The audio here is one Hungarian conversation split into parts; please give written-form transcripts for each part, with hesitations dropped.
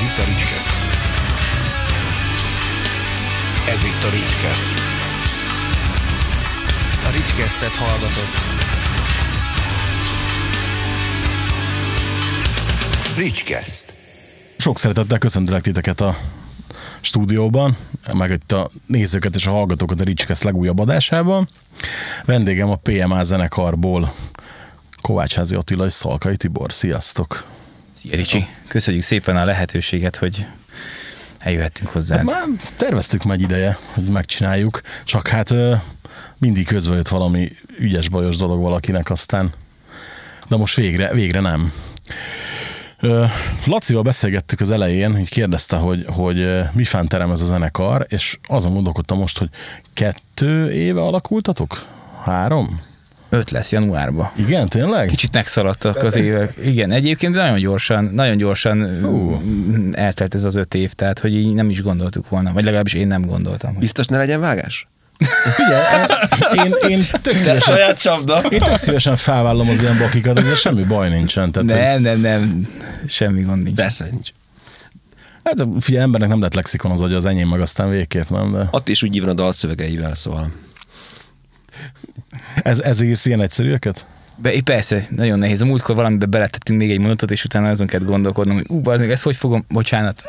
itt a Ricskeszt. Ez itt a Ricskeszt. A Ricskesztet hallgatott. Ricskeszt. Sok szeretettel köszöntelek titeket a stúdióban, meg itt a nézőket és a hallgatókat a Ricskeszt legújabb adásában. Vendégem a PMA zenekarból Kovácsházi Attila és Szalkai Tibor. Sziasztok! Szia Ricsi! Köszönjük szépen a lehetőséget, hogy eljöhettünk hozzád. Hát már terveztük meg ideje, hogy megcsináljuk, csak hát mindig közben jött valami ügyes, bajos dolog valakinek, aztán de most végre nem. Lacival beszélgettük az elején, így kérdezte, hogy mi fánterem ez a zenekar, és azon gondolkodtam most, hogy 2 éve alakultatok? 3? 5 lesz januárban. Igen, tényleg? Kicsit megszaladtak az évek. Igen, egyébként nagyon gyorsan eltelt ez az 5 év, tehát hogy így nem is gondoltuk volna, vagy legalábbis én nem gondoltam. Biztos ne legyen vágás? Én tök szívesen felvállom az ilyen bakikat, ezzel semmi baj nincsen. Tehát, nem, semmi gond nincs. Persze nincs. Hát figyelj, embernek nem lett lexikon az agya, az enyém meg aztán végképp, nem? De... Ott is úgy írva a dalszövegeivel, szóval. Ez írsz ilyen egyszerűeket? Persze, nagyon nehéz. A múltkor valamiben beletettünk még egy mondatot, és utána azon kellett gondolkodnom, hogy ezt hogy fogom, bocsánat.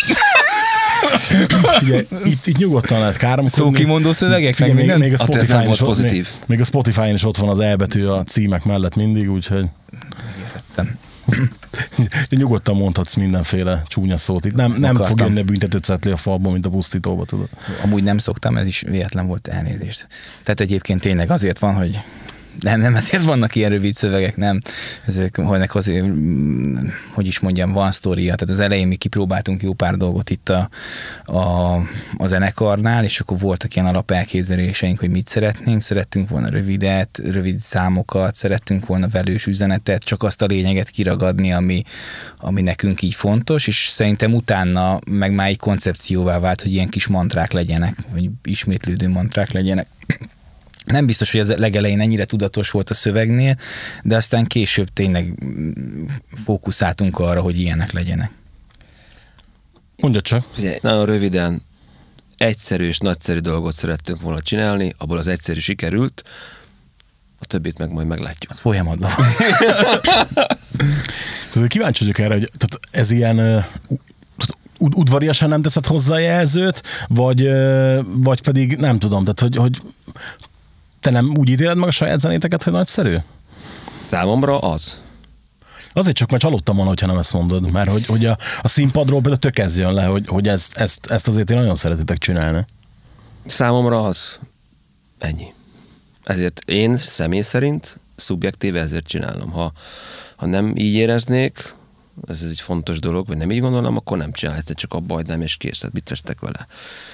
Figyelj, itt nyugodtan lehet káromkodni. Szókimondó szövegek? Figyelj, még a Spotify-n is ott van az elbetű a címek mellett mindig, úgyhogy... Megértettem. Nyugodtan mondhatsz mindenféle csúnya szót. Itt nem fog jönni a büntetőcetli a falból, mint a pusztítóba, tudod. Amúgy nem szoktam, ez is véletlen volt, elnézést. Tehát egyébként tényleg azért van, hogy nem ezért vannak ilyen rövid szövegek, nem. Ezek azért, hogy is mondjam, van sztória. Tehát az elején mi kipróbáltunk jó pár dolgot itt a zenekarnál, és akkor voltak ilyen alapelképzeléseink, hogy mit szeretnénk. Szerettünk volna rövid számokat, szerettünk volna velős üzenetet, csak azt a lényeget kiragadni, ami nekünk így fontos, és szerintem utána meg már egy koncepcióvá vált, hogy ilyen kis mantrák legyenek, vagy ismétlődő mantrák legyenek. Nem biztos, hogy az legelején ennyire tudatos volt a szövegnél, de aztán később tényleg fókuszáltunk arra, hogy ilyenek legyenek. Mondja csak. Figyelj, nagyon röviden, egyszerű és nagyszerű dolgot szerettünk volna csinálni, abból az egyszerű sikerült, a többit meg majd meglátjuk. Az folyamatban. Kíváncsi vagyok erre, hogy ez ilyen... udvariasan nem teszed hozzá jelzőt, vagy pedig nem tudom, tehát hogy te nem úgy ítéled meg a saját zenéteket, hogy nagyszerű? Számomra az. Azért csak már csalódtam volna, hogyha nem ezt mondod, mert hogy a színpadról például tök ez jön le, hogy ezt azért én nagyon szeretitek csinálni. Számomra az. Ennyi. Ezért én személy szerint szubjektíve ezért csinálom. Ha nem így éreznék, ez egy fontos dolog, vagy nem így gondolom, akkor nem csinálj, ezt csak abba hagynám, és kész, hát mit tesztek vele.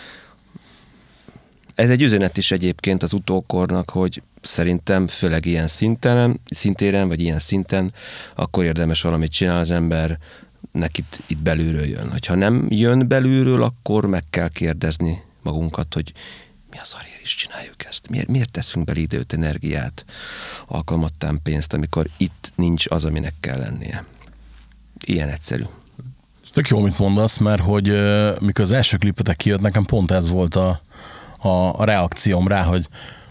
Ez egy üzenet is egyébként az utókornak, hogy szerintem főleg ilyen szintéren, vagy ilyen szinten, akkor érdemes valamit csinál az embernek itt belülről jön. Ha nem jön belülről, akkor meg kell kérdezni magunkat, hogy mi az szarért is csináljuk ezt? Miért teszünk bele időt, energiát, alkalmattán pénzt, amikor itt nincs az, aminek kell lennie? Ilyen egyszerű. Tök jó, mit mondasz, mert hogy mikor az első klipetek kijött, nekem pont ez volt a reakcióm rá, hogy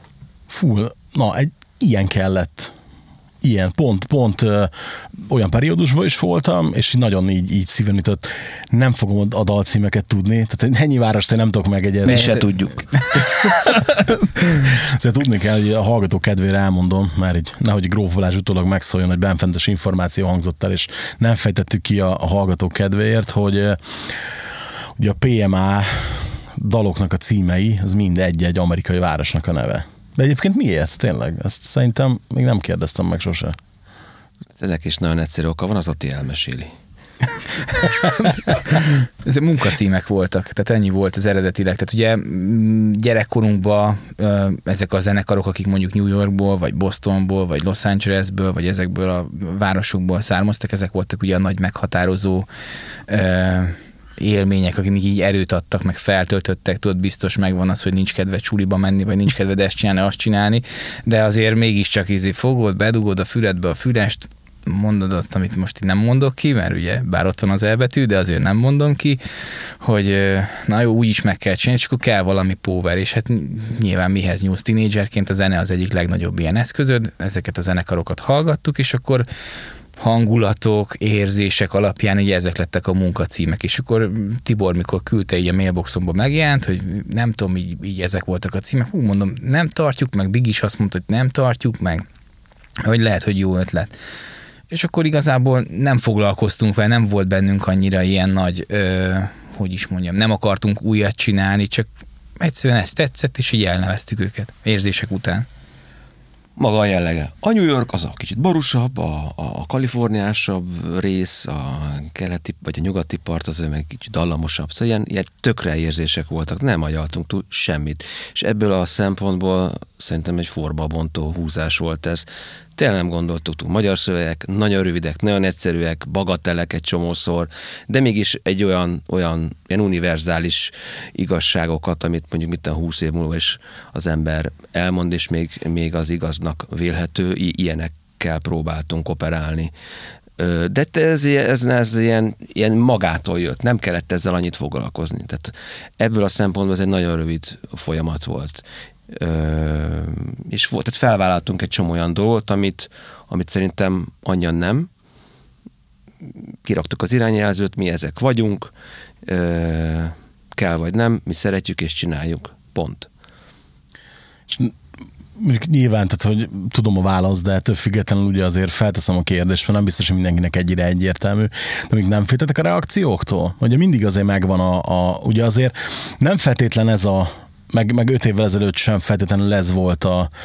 ilyen kellett. Ilyen, pont olyan periódusban is voltam, és nagyon így szíven ütött. Nem fogom a dalcímeket tudni, tehát ennyi várost én nem tudok megegyezni. Mi se tudjuk. Szóval tudni kell, hogy a hallgató kedvére elmondom, mert így nehogy Gróf Balázs utólag megszóljon, hogy benfentes információ hangzott el, és nem fejtettük ki a hallgató kedvéért, hogy ugye a PMA daloknak a címei, az mind egy amerikai városnak a neve. De egyébként miért? Tényleg? Ezt szerintem még nem kérdeztem meg sose. Ennek is nagyon egyszerű oka van, az Ati elmeséli. Ezek munkacímek voltak, tehát ennyi volt az eredetileg. Tehát ugye gyerekkorunkban ezek a zenekarok, akik mondjuk New Yorkból, vagy Bostonból, vagy Los Angelesből, vagy ezekből a városokból származtak, ezek voltak ugye a nagy meghatározó élmények, akik még így erőt adtak, meg feltöltöttek, tudod, biztos megvan az, hogy nincs kedve csuliba menni, vagy nincs kedved ezt csinálni, azt csinálni, de azért mégiscsak fogod, bedugod a füledbe a fülest, mondod azt, amit most nem mondok ki, mert ugye bár ott van az elbetű, de azért nem mondom ki, hogy na jó, úgyis meg kell csinálni, és akkor kell valami power, és hát nyilván mihez nyúlsz tínédzserként, a zene az egyik legnagyobb ilyen eszközöd, ezeket a zenekarokat hallgattuk, és akkor hangulatok, érzések alapján így ezek lettek a munkacímek, és akkor Tibor, mikor küldte így a mailboxomba megjelent, hogy nem tudom, így ezek voltak a címek, mondom, nem tartjuk meg, Big is azt mondta, hogy nem tartjuk meg, hogy lehet, hogy jó ötlet. És akkor igazából nem foglalkoztunk vele, nem volt bennünk annyira ilyen nagy, hogy is mondjam, nem akartunk újat csinálni, csak egyszerűen ezt tetszett, és így elneveztük őket érzések után. Maga a jellege. A New York az a kicsit borúsabb, a kaliforniásabb rész, a keleti vagy a nyugati part az meg kicsit dallamosabb. Szóval ilyen tökre érzések voltak, nem agyaltunk túl semmit. És ebből a szempontból szerintem egy formabontó húzás volt ez. Tényleg nem gondoltuk túl. Magyar szövegek, nagyon rövidek, nagyon egyszerűek, bagatelek egy csomószor, de mégis egy olyan ilyen univerzális igazságokat, amit mondjuk mint a 20 év múlva is az ember elmond, és még az igaznak vélhető, ilyenekkel próbáltunk operálni. De ez ilyen magától jött, nem kellett ezzel annyit foglalkozni. Tehát ebből a szempontból ez egy nagyon rövid folyamat volt. És tehát felvállaltunk egy csomó olyan dolgot, amit szerintem annyian nem. Kiraktuk az irányjelzőt, mi ezek vagyunk, kell vagy nem, mi szeretjük és csináljuk. Pont. És nyilván, tehát, hogy tudom a választ, de ettől függetlenül ugye azért felteszem a kérdést, mert nem biztos, hogy mindenkinek egyre egyértelmű, de még nem féltetek a reakcióktól? Ugye mindig azért megvan ugye azért nem feltétlen ez meg 5 évvel ezelőtt sem feltétlenül ez volt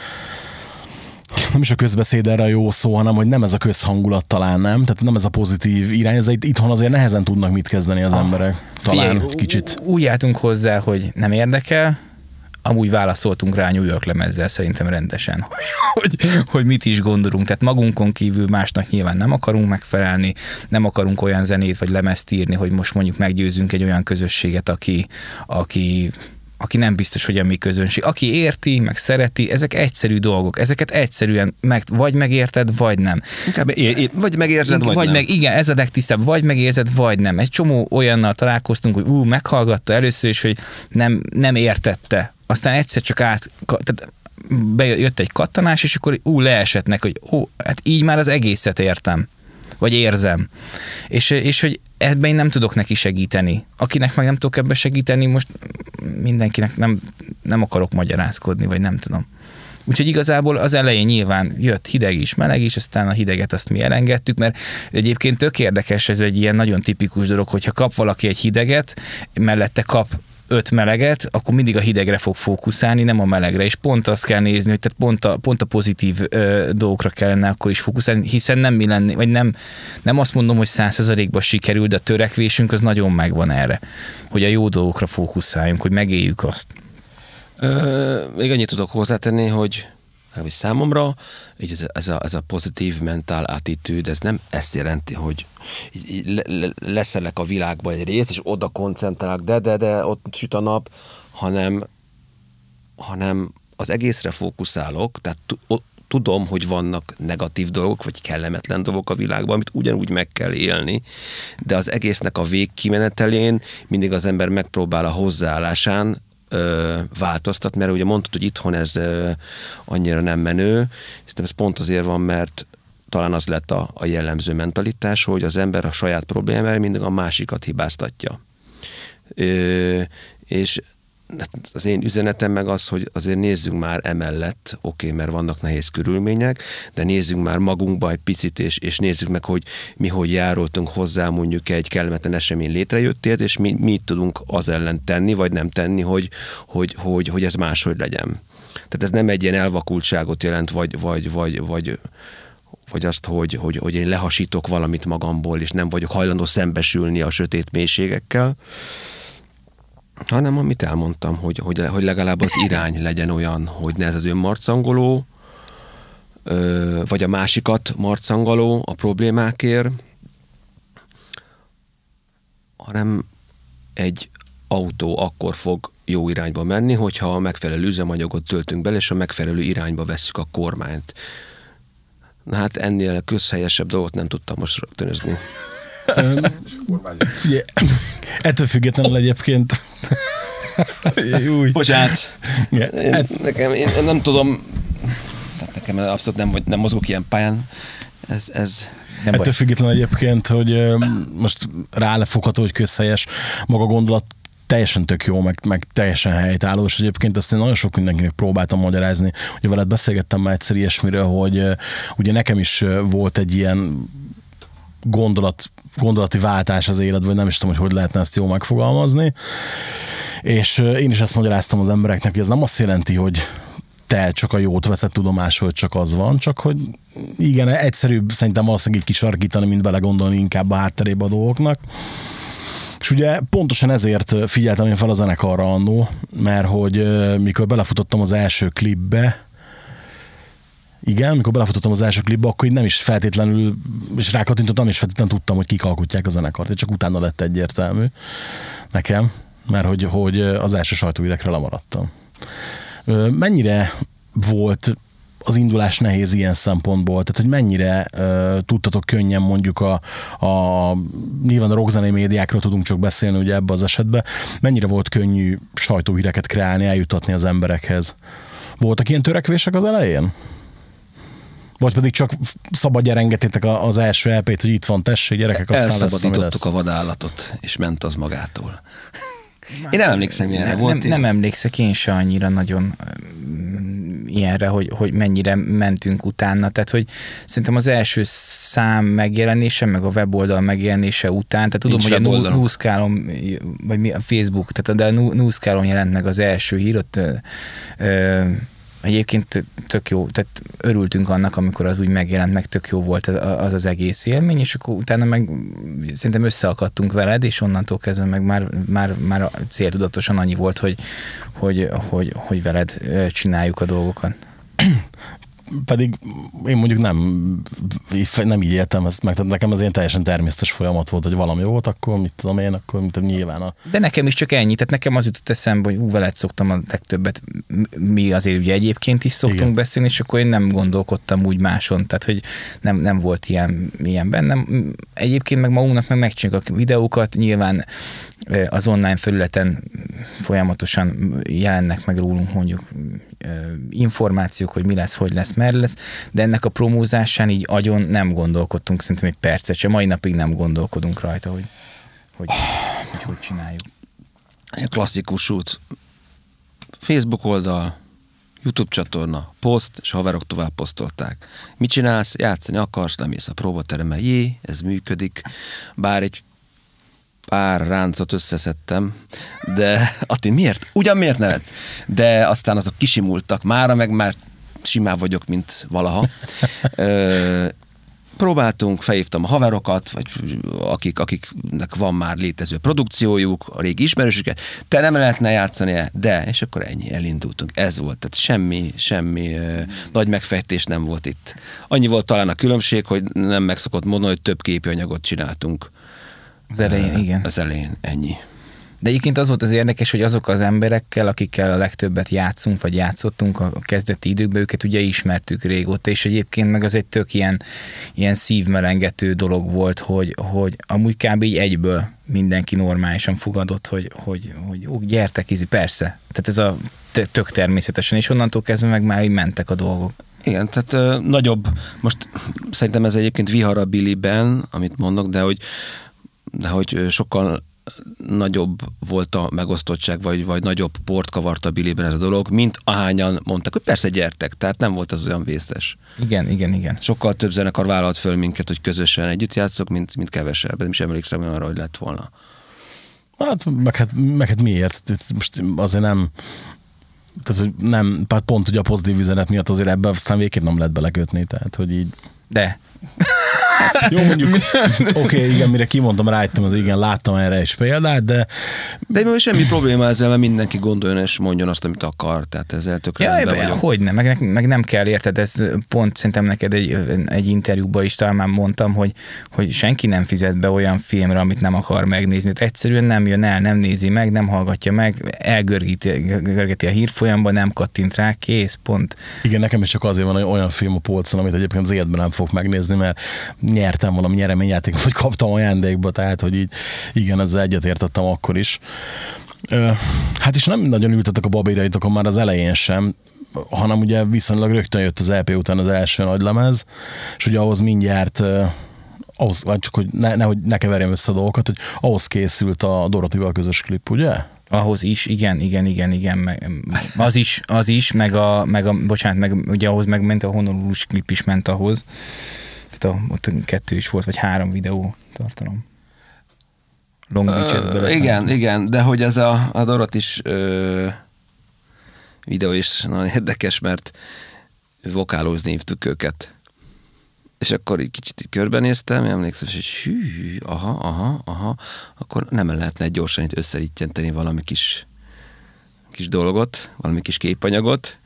nem is a közbeszéd erre a jó szó, hanem hogy nem ez a közhangulat talán, nem? Tehát nem ez a pozitív irány, ez itthon azért nehezen tudnak mit kezdeni az emberek. Talán figyelj, kicsit. Úgy álltunk hozzá, hogy nem érdekel, amúgy válaszoltunk rá New York lemezzel szerintem rendesen, hogy mit is gondolunk. Tehát magunkon kívül másnak nyilván nem akarunk megfelelni, nem akarunk olyan zenét vagy lemezt írni, hogy most mondjuk meggyőzünk egy olyan közösséget, aki nem biztos, hogy a mi közönség. Aki érti, meg szereti, ezek egyszerű dolgok. Ezeket egyszerűen vagy megérted, vagy nem. Vagy megérzed, vagy nem. Igen, ez a legtisztább. Vagy megérzed, vagy nem. Egy csomó olyannal találkoztunk, hogy meghallgatta először is, hogy nem értette. Aztán egyszer csak tehát bejött egy kattanás, és akkor leesetnek, hogy hát így már az egészet értem. Vagy érzem. És hogy ebben én nem tudok neki segíteni. Akinek meg nem tudok ebben segíteni, most mindenkinek nem akarok magyarázkodni, vagy nem tudom. Úgyhogy igazából az elején nyilván jött hideg is, meleg is, aztán a hideget azt mi elengedtük, mert egyébként tök érdekes, ez egy ilyen nagyon tipikus dolog, hogyha kap valaki egy hideget, mellette kap 5 meleget, akkor mindig a hidegre fog fókuszálni, nem a melegre, és pont azt kell nézni, hogy tehát pont a pozitív dolgokra kellene akkor is fókuszálni, hiszen nem mi lenni, vagy nem azt mondom, hogy 100%-ban sikerül, de a törekvésünk az nagyon megvan erre, hogy a jó dolgokra fókuszáljunk, hogy megéljük azt. Még annyit tudok hozzátenni, hogy számomra így ez a pozitív mentál attitűd, ez nem ezt jelenti, hogy leszelek a világba egy részt, és oda koncentrálok, de ott süt a nap, hanem az egészre fókuszálok, tehát tudom, hogy vannak negatív dolgok, vagy kellemetlen dolgok a világban, amit ugyanúgy meg kell élni, de az egésznek a végkimenetelén mindig az ember megpróbál a hozzáállásán változtat, mert ugye mondtad, hogy itthon ez annyira nem menő, szerintem ez pont azért van, mert talán az lett a jellemző mentalitás, hogy az ember a saját problémájára mindig a másikat hibáztatja. És az én üzenetem meg az, hogy azért nézzünk már emellett, oké, mert vannak nehéz körülmények, de nézzünk már magunkba egy picit, és nézzük meg, hogy mi hogy járultunk hozzá mondjuk egy kellemetlen esemény létrejöttét, és mi tudunk az ellen tenni, vagy nem tenni, hogy ez máshogy legyen. Tehát ez nem egy ilyen elvakultságot jelent, vagy azt, hogy én lehasítok valamit magamból, és nem vagyok hajlandó szembesülni a sötét mélységekkel, hanem amit elmondtam, hogy legalább az irány legyen olyan, hogy ne ez az önmarcangoló, vagy a másikat marcangoló a problémákért, hanem egy autó akkor fog jó irányba menni, hogyha a megfelelő üzemanyagot töltünk bele, és a megfelelő irányba vesszük a kormányt. Na hát ennél közhelyesebb dolgot nem tudtam most rögtönözni. Ettől függetlenül egyébként... Bocsánat. Én nem tudom, tehát nekem abszolút nem mozgok ilyen pályán. Ez ettől függetlenül egyébként, hogy most rálefogható, hogy közhelyes maga gondolat, teljesen tök jó, meg teljesen helytálló, és egyébként ezt én nagyon sok mindenkinek próbáltam magyarázni. Ugye veled beszélgettem már egyszer ilyesmiről, hogy ugye nekem is volt egy ilyen gondolati váltás az életben, vagy nem is tudom, hogy lehetne ezt jól megfogalmazni. És én is ezt magyaráztam az embereknek, hogy ez nem azt jelenti, hogy te csak a jót veszed tudomásul, hogy csak az van, csak hogy igen, egyszerűbb szerintem valószínűleg így kisarkítani, mint belegondolni inkább a hátterébe a dolgoknak. És ugye pontosan ezért figyeltem én fel a zenekarra annó, mert hogy mikor belefutottam az első klipbe, akkor így nem is feltétlenül, és rákattintottam, és feltétlenül tudtam, hogy kik alkotják a zenekart, és csak utána lett egyértelmű nekem, mert hogy az első sajtóhírekre lemaradtam. Mennyire volt az indulás nehéz ilyen szempontból? Tehát, hogy mennyire tudtatok könnyen mondjuk nyilván a rockzenei médiákról tudunk csak beszélni ugye ebbe az esetben, mennyire volt könnyű sajtóhíreket kreálni, eljutatni az emberekhez? Voltak ilyen törekvések az elején? Vagy pedig csak szabadjára engedtétek az első LP-t, hogy itt van, tessék, gyerekek, aztán elszabadítottuk a vadállatot, és ment az magától. Én nem emlékszem ilyenre. Nem emlékszek én se annyira nagyon ilyenre, hogy mennyire mentünk utána. Tehát, hogy szerintem az első szám megjelenése, meg a weboldal megjelenése után, tehát tudom, hogy a Newscalon, vagy mi a Facebook, tehát de a Newscalon jelent meg az első hír, ott egyébként tök jó, tehát örültünk annak, amikor az úgy megjelent, meg tök jó volt az egész élmény, és akkor utána meg szerintem összeakadtunk veled, és onnantól kezdve meg már céltudatosan annyi volt, hogy veled csináljuk a dolgokat. Pedig én mondjuk nem így értem ezt meg, tehát nekem ez ilyen teljesen természetes folyamat volt, hogy valami volt, akkor mit tudom én, akkor nyilván De nekem is csak ennyi, tehát nekem az jutott eszembe, hogy veled szoktam a legtöbbet, mi azért ugye egyébként is szoktunk beszélni, és akkor én nem gondolkodtam úgy máson, tehát hogy nem volt ilyen bennem. Egyébként meg magunknak megcsináljuk a videókat, nyilván az online felületen folyamatosan jelennek meg rólunk mondjuk információk, hogy mi lesz, hogy lesz, merre lesz, de ennek a promózásán így agyon nem gondolkodtunk, szerintem egy percet sem, mai napig nem gondolkodunk rajta, hogy csináljuk. Egy klasszikus út. Facebook oldal, YouTube csatorna, poszt, és haverok tovább posztolták. Mit csinálsz? Játszani akarsz, lemész a próbaterembe. Ez működik, bár egy pár ráncot összeszedtem, de Ati, miért? Ugyan miért nevetsz? De aztán azok kisimultak mára, meg már simább vagyok, mint valaha. Próbáltunk, felhívtam a haverokat, vagy akiknek van már létező produkciójuk, a régi ismerősöket, te nem lehetne játszani-e? De, és akkor ennyi, elindultunk. Ez volt, tehát semmi nagy megfejtés nem volt itt. Annyi volt talán a különbség, hogy nem megszokott mondani, hogy több képanyagot csináltunk. Az elején, igen. Az elején, ennyi. De egyébként az volt az érdekes, hogy azok az emberekkel, akikkel a legtöbbet játszunk, vagy játszottunk a kezdeti időkben, őket ugye ismertük régóta, és egyébként meg az egy tök ilyen szívmelengető dolog volt, hogy amúgy kb. Így egyből mindenki normálisan fogadott, hogy gyertek, persze. Tehát ez a tök természetesen, és onnantól kezdve meg már így mentek a dolgok. Igen, tehát nagyobb, most szerintem ez egyébként vihar a Billyben, amit mondok, de hogy sokkal nagyobb volt a megosztottság, vagy nagyobb port kavart a Billyben ez a dolog, mint ahányan mondtak, hogy persze gyertek, tehát nem volt az olyan vészes. Igen. Sokkal több zenekar vállalt föl minket, hogy közösen együtt játszok, mint kevesebb. Nem is emlékszem arra, hogy lett volna. Hát miért? Most azért nem... Tehát, nem, pont ugye a pozitív üzenet miatt azért ebben aztán végképp nem lehet belekötni, tehát hogy így... De... Jó, mondjuk, oké, igen, mire kimondtam, rájöttem, az igen, láttam erre is példát, de semmi probléma ezzel, mert mindenki gondoljon és mondjon azt, amit akar, tehát ezzel tökre rendben vagyok. Hogyne, meg nem kell, érted, ez pont szerintem neked egy interjúban is talán már mondtam, hogy senki nem fizet be olyan filmre, amit nem akar megnézni. Egyszerűen nem jön el, nem nézi meg, nem hallgatja meg, elgörgeti a hírfolyamba, nem kattint rá, kész, pont. Igen, nekem is csak azért van, hogy olyan film a polcon, amit egyébként az életben nem fog megnézni, mert nyertem valami nyereményjátékot, vagy kaptam ajándékba, tehát, hogy így igen, ezzel egyetértettem akkor is. Hát és nem nagyon ültetek a babéraitokon már az elején sem, hanem ugye viszonylag rögtön jött az EP után az első nagylemez, és ugye ahhoz mindjárt ahhoz, vagy csak hogy ne keverjem össze a dolgokat, hogy ahhoz készült a Dorothyval közös klip, ugye? Ahhoz is, igen, az is, meg ugye ahhoz megment a Honolulu-s klip is ment ahhoz. Tehát ott 2 is volt, vagy 3 videó tartalom. Long Beach-et igen, de hogy ez a Dorot is videó is nagyon érdekes, mert vokálózni hívtuk őket. És akkor egy kicsit körbenéztem, emlékszem, hogy hű, aha, akkor nem lehetne gyorsan itt összerítjenteni valami kis dolgot, valami kis képanyagot,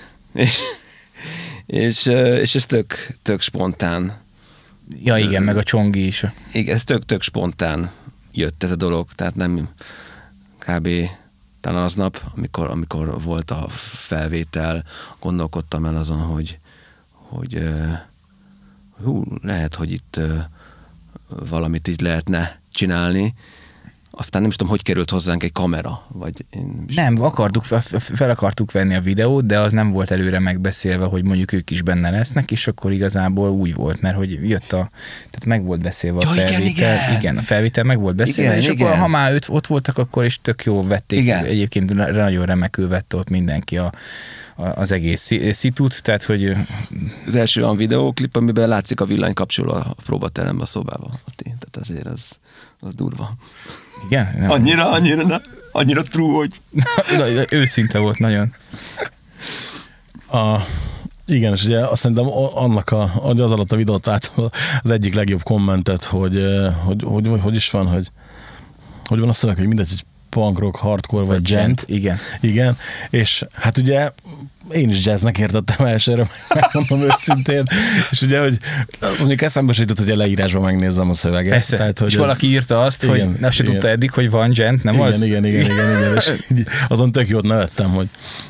és ez tök spontán. Ja, igen, meg a Csongi is. Igen, ez tök spontán jött ez a dolog, tehát nem kb. Talán aznap, amikor volt a felvétel, gondolkodtam el azon, hogy lehet, hogy itt valamit így lehetne csinálni. Aztán nem is tudom, hogy került hozzánk egy kamera. Vagy nem, fel akartuk venni a videót, de az nem volt előre megbeszélve, hogy mondjuk ők is benne lesznek, és akkor igazából úgy volt, mert hogy jött tehát meg volt beszélve a felvétel. Igen, a felvétel meg volt beszélve, és akkor ha már ott voltak, akkor is tök jó vették. Igen. Egyébként nagyon remekül vette ott mindenki az egész szitút, tehát hogy... Az első olyan videóklip, amiben látszik a villanykapcsoló a próbaterembe, a szobába. Tehát azért az durva. Igen? Annyira true, hogy... Őszinte volt nagyon. Igen, és ugye azt szerintem annak az alatt a videót át az egyik legjobb kommentet, hogy is van, hogy van a szöveg, hogy mindegy, hogy punk rock, hardcore vagy gent. Igen, és hát ugye én is jazznek értettem elsőre, megmondom őszintén, és ugye, hogy az mondjuk eszembe jutott, hogy a leírásban megnézzem a szöveget. Persze. Tehát, hogy és valaki írta azt, igen, hogy azt se tudta eddig, hogy van gent, nem igen, az? Igen, és így, azon tök jót nevettem, hogy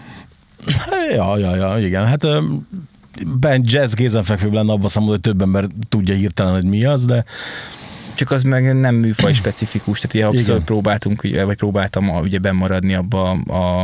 igen, hát jazz kézenfekvőbb lenne, abban számolod, hogy több ember tudja hirtelen, hogy mi az, de csak az meg nem műfaj specifikus, tehát ugye abszolút próbáltam ugye bennmaradni abba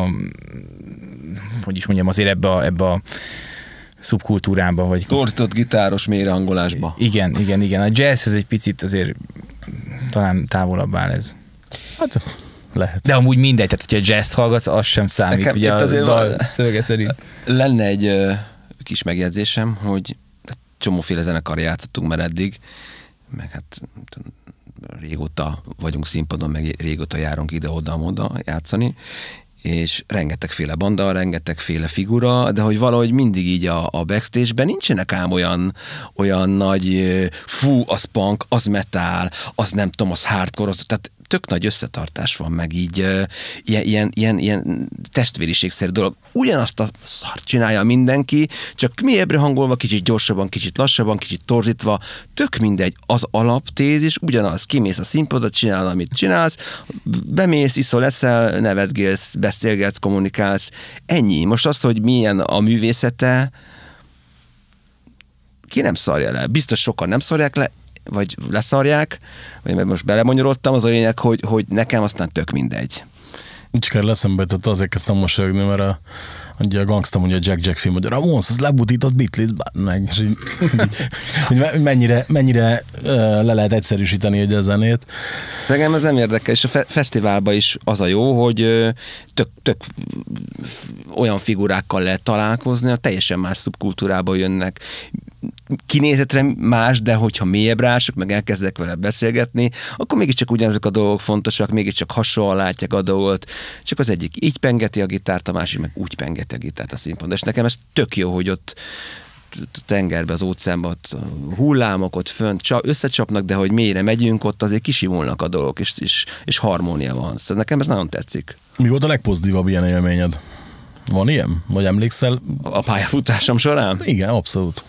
hogy is mondjam, azért ebbe a szubkultúrába, vagy... Torzított gitáros mélyrehangolásba. Igen. A jazz ez egy picit azért talán távolabb áll ez. Hát lehet. De amúgy mindegy, tehát hogyha jazz-t hallgatsz, az sem számít, nekem ugye a dal szövege szerint. Lenne egy kis megjegyzésem, hogy csomóféle zenekarra játszottunk már eddig, meg hát régóta vagyunk színpadon, meg régóta járunk ide-oda játszani, és rengetegféle banda, rengetegféle figura, de hogy valahogy mindig így a backstage-ben nincsenek ám olyan nagy fú, az punk, az metal, az nem tudom, az hardcore, tehát tök nagy összetartás van, meg így ilyen testvériségszerű dolog. Ugyanazt a szart csinálja mindenki, csak mélyebbre hangolva, kicsit gyorsabban, kicsit lassabban, kicsit torzítva, tök mindegy, az alaptézis, ugyanaz, kimész a színpadot, csinálod, amit csinálsz, bemész, iszol, eszel, nevetgélsz, beszélgetsz, kommunikálsz, ennyi. Most azt, hogy milyen a művészete, ki nem szarja le. Biztos sokan nem szarják le, vagy leszarják, vagy mert most belemonyolódtam, az a lényeg, hogy nekem aztán tök mindegy. Nincs kell eszembe, tehát azért kezdtem mosolyogni, mert a gangsta mondja a Jack film, hogy Ramones, az lebutított Beatles, meg, és így mennyire le lehet egyszerűsíteni egy zenét. Nekem ez nem érdekel, és a fesztiválban is az a jó, hogy tök olyan figurákkal lehet találkozni, a teljesen más szubkultúrából jönnek. Kinézetre más, de hogyha mélyebb rások, meg elkezdek vele beszélgetni, akkor mégiscsak ugyanazok a dolgok fontosak, mégiscsak hasonlóan látják a dolgot, csak az egyik így pengeti a gitárt, a másik meg úgy pengeti a gitárt a színpadon. És nekem ez tök jó, hogy ott tengerbe, az óceánba, ott hullámok ott fönt összecsapnak, de hogy mélyre megyünk, ott azért kisimulnak a dolgok, és harmónia van. Szóval nekem ez nagyon tetszik. Mi volt a legpozitívabb ilyen élményed? Van ilyen? Vagy emlékszel? A pályafutásom során? Igen, abszolút.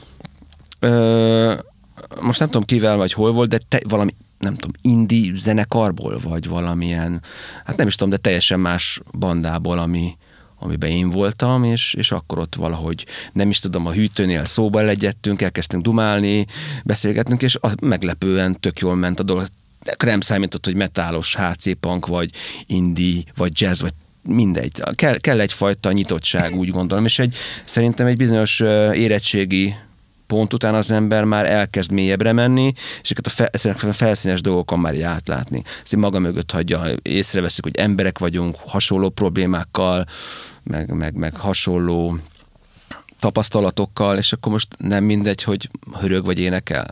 Most nem tudom kivel vagy hol volt, de valami, nem tudom, indie zenekarból, vagy valamilyen, hát nem is tudom, de teljesen más bandából, amiben én voltam, és akkor ott valahogy, nem is tudom, a hűtőnél szóba legyettünk, elkezdtünk dumálni, beszélgetnünk, és meglepően tök jól ment a dolog. De nem számított, hogy metálos, HC punk, vagy indie, vagy jazz, vagy mindegy. Kell egyfajta nyitottság, úgy gondolom, és szerintem egy bizonyos érettségi pont után az ember már elkezd mélyebbre menni, és ezeket a felszínes dolgokon már így átlátni. Ezt maga mögött hagyja, észreveszünk, hogy emberek vagyunk, hasonló problémákkal, meg hasonló tapasztalatokkal, és akkor most nem mindegy, hogy hörög vagy énekel.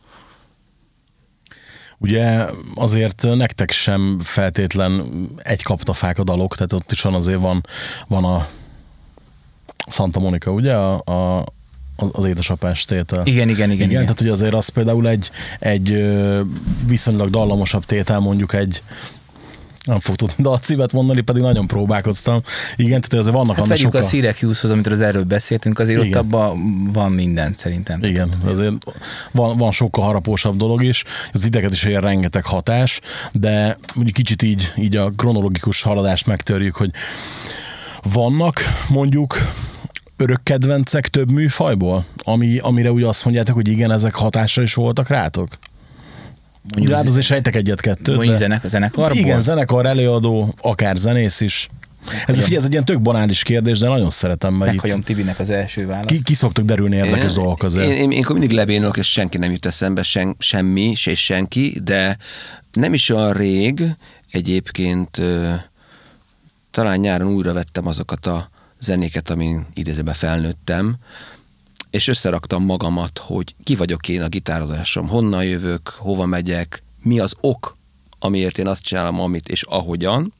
Ugye azért nektek sem feltétlen egy kaptafák a dalok, tehát ott is van azért van a Santa Monica, ugye? Az édesapás tétel. Igen. Tehát, hogy azért az például egy viszonylag dallamosabb tétel, mondjuk nem fog tudni dalcímet mondani, pedig nagyon próbálkoztam. Igen, tehát azért vannak annak vegyük sokkal... a Syracuse-hoz, amitől az erről beszéltünk, azért igen. Ott abban van minden szerintem. Igen, azért van sokkal harapósabb dolog is, az ideket is olyan rengeteg hatás, de mondjuk kicsit így a kronológikus haladást megtörjük, hogy vannak mondjuk örök kedvencek több műfajból, amire úgy azt mondjátok, hogy igen, ezek hatással is voltak rátok? Mondjuk hát azért sejtek egyet-kettőt. Mondjuk zenekarból? Igen, zenekar, előadó, akár zenész is. Ez egy ilyen tök banális kérdés, de nagyon szeretem. Meghagyom Tibinek az első választ. Ki szoktak derülni érdekes dolgok azért. Én mindig lebénulok, és senki nem jut eszembe, semmi, és senki, de nem is olyan rég egyébként talán nyáron újra vettem azokat a zenéket, amin idézőben felnőttem, és összeraktam magamat, hogy ki vagyok én a gitározásom, honnan jövök, hova megyek, mi az ok, amiért én azt csinálom, amit és ahogyan,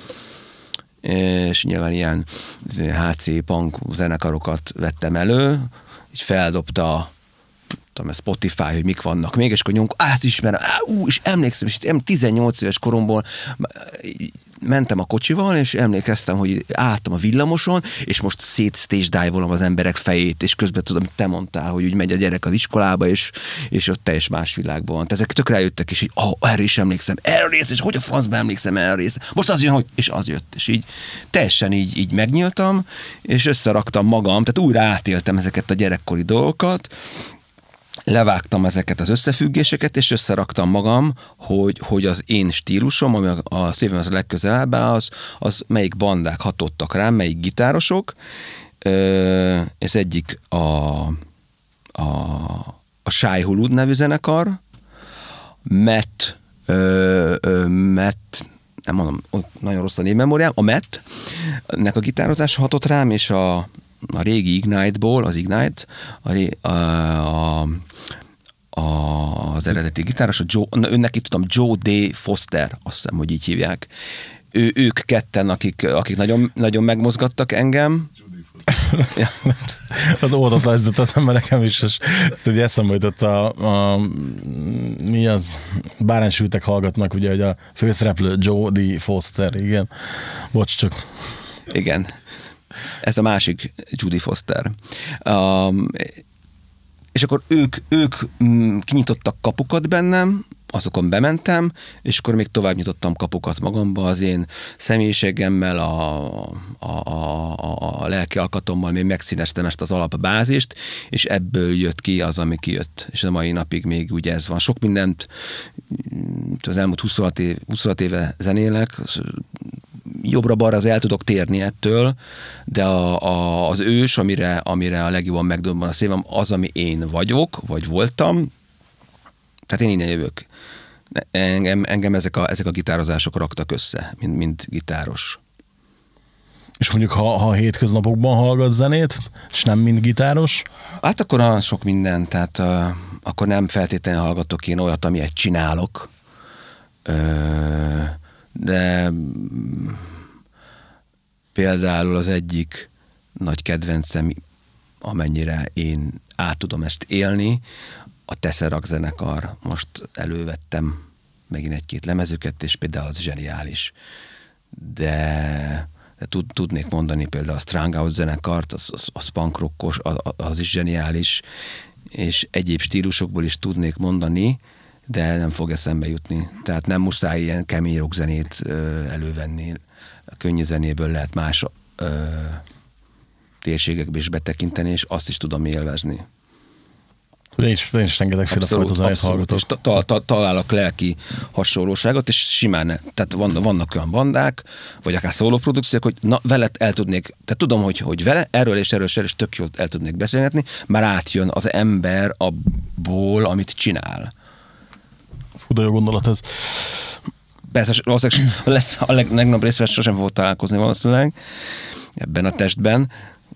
és nyilván ilyen HC punk zenekarokat vettem elő, így feldobta Spotify, hogy mik vannak még, és akkor nyomok, ezt ismerem, és emlékszem, és 18 éves koromból mentem a kocsival, és emlékeztem, hogy álltam a villamoson, és most stage dive-olom az emberek fejét, és közben tudom, te mondtál, hogy úgy megy a gyerek az iskolába, és ott teljes más világban van. Ezek tök rájöttek, és így, erre is emlékszem, erre rész, és hogy a francba emlékszem erre rész. Most az jön, hogy, és az jött, és így teljesen így megnyíltam, és összeraktam magam, tehát újra átéltem ezeket a gyerekkori dolgokat, levágtam ezeket az összefüggéseket, és összeraktam magam, hogy az én stílusom, ami a szívemhez a legközelebb áll, az melyik bandák hatottak rám, melyik gitárosok. Ez egyik a Shy Hulud nevű zenekar, Matt, nem mondom, nagyon rossz a névmemóriám, a Matt-nek a gitározása hatott rám, és a régi Ignite-ból, az Ignite, az eredeti gitáros, neki tudom, Joe D. Foster, azt hiszem, hogy így hívják. Ők ketten, akik nagyon, nagyon megmozgattak engem. Ja. Az óvatatlan ez az ember nekem is, és ezt ugye eszembe jutott mi az? Báránysültek hallgatnak, ugye, hogy a főszereplő Joe D. Foster, igen. Bocs csak. Igen. Ez a másik Judy Foster. És akkor ők kinyitottak kapukat bennem, azokon bementem, és akkor még tovább nyitottam kapukat magamba, az én személyiségemmel, a lelki alkatommal még megszíneztem ezt az alapbázist, és ebből jött ki az, ami kijött. És a mai napig még ugye ez van. Sok mindent az elmúlt 26 éve zenélek, jobbra-balra az el tudok térni ettől, de az ős, amire a legjobban megdobban a szívem, az, ami én vagyok, vagy voltam, tehát én innen jövök. Engem ezek a gitározások raktak össze, mint gitáros. És mondjuk, ha a hétköznapokban hallgat zenét, és nem mint gitáros? Hát akkor sok minden, tehát akkor nem feltétlenül hallgatok én olyat, amilyet csinálok, de például az egyik nagy kedvencem amennyire én át tudom ezt élni. A Tesseract zenekar, most elővettem megint egy-két lemezüket, és például az zseniális. De tudnék mondani például a Stranghouse zenekart, az punk rockos, az is zseniális, és egyéb stílusokból is tudnék mondani, de nem fog eszembe jutni. Tehát nem muszáj ilyen kemény rockzenét elővenni. A könnyű zenéből lehet más térségekbe is betekinteni, és azt is tudom élvezni. Én is rengeteg fajta zenét hallgatok. És találok lelki hasonlóságot, és simán, tehát vannak olyan bandák, vagy akár szólóprodukciók, hogy na, veled el tudnék, tehát tudom, hogy vele erről és tök jól el tudnék beszélgetni, már átjön az ember abból, amit csinál. Fú, de jó gondolat ez. Persze, valószínűleg lesz a legnagyobb részvel sosem fogok találkozni valószínűleg ebben a testben,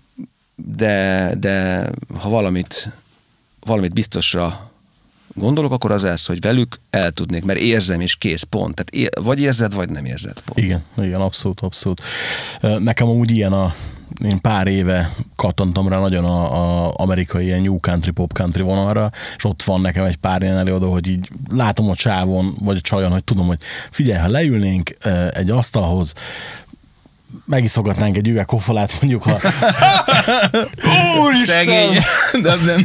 de ha valamit biztosra gondolok, akkor az ez, hogy velük el tudnék, mert érzem és kész, pont. Tehát vagy érzed, vagy nem érzed, pont. Igen, abszolút. Nekem amúgy én pár éve kattantam rá nagyon az amerikai ilyen new country, pop country vonalra, és ott van nekem egy pár ilyen előadó, hogy így látom a csávon, vagy a csajon, hogy tudom, hogy figyelj, ha leülnénk egy asztalhoz, megiszogatnánk egy üveg kofolát, mondjuk, ha... Úristen! Szegény! Nem.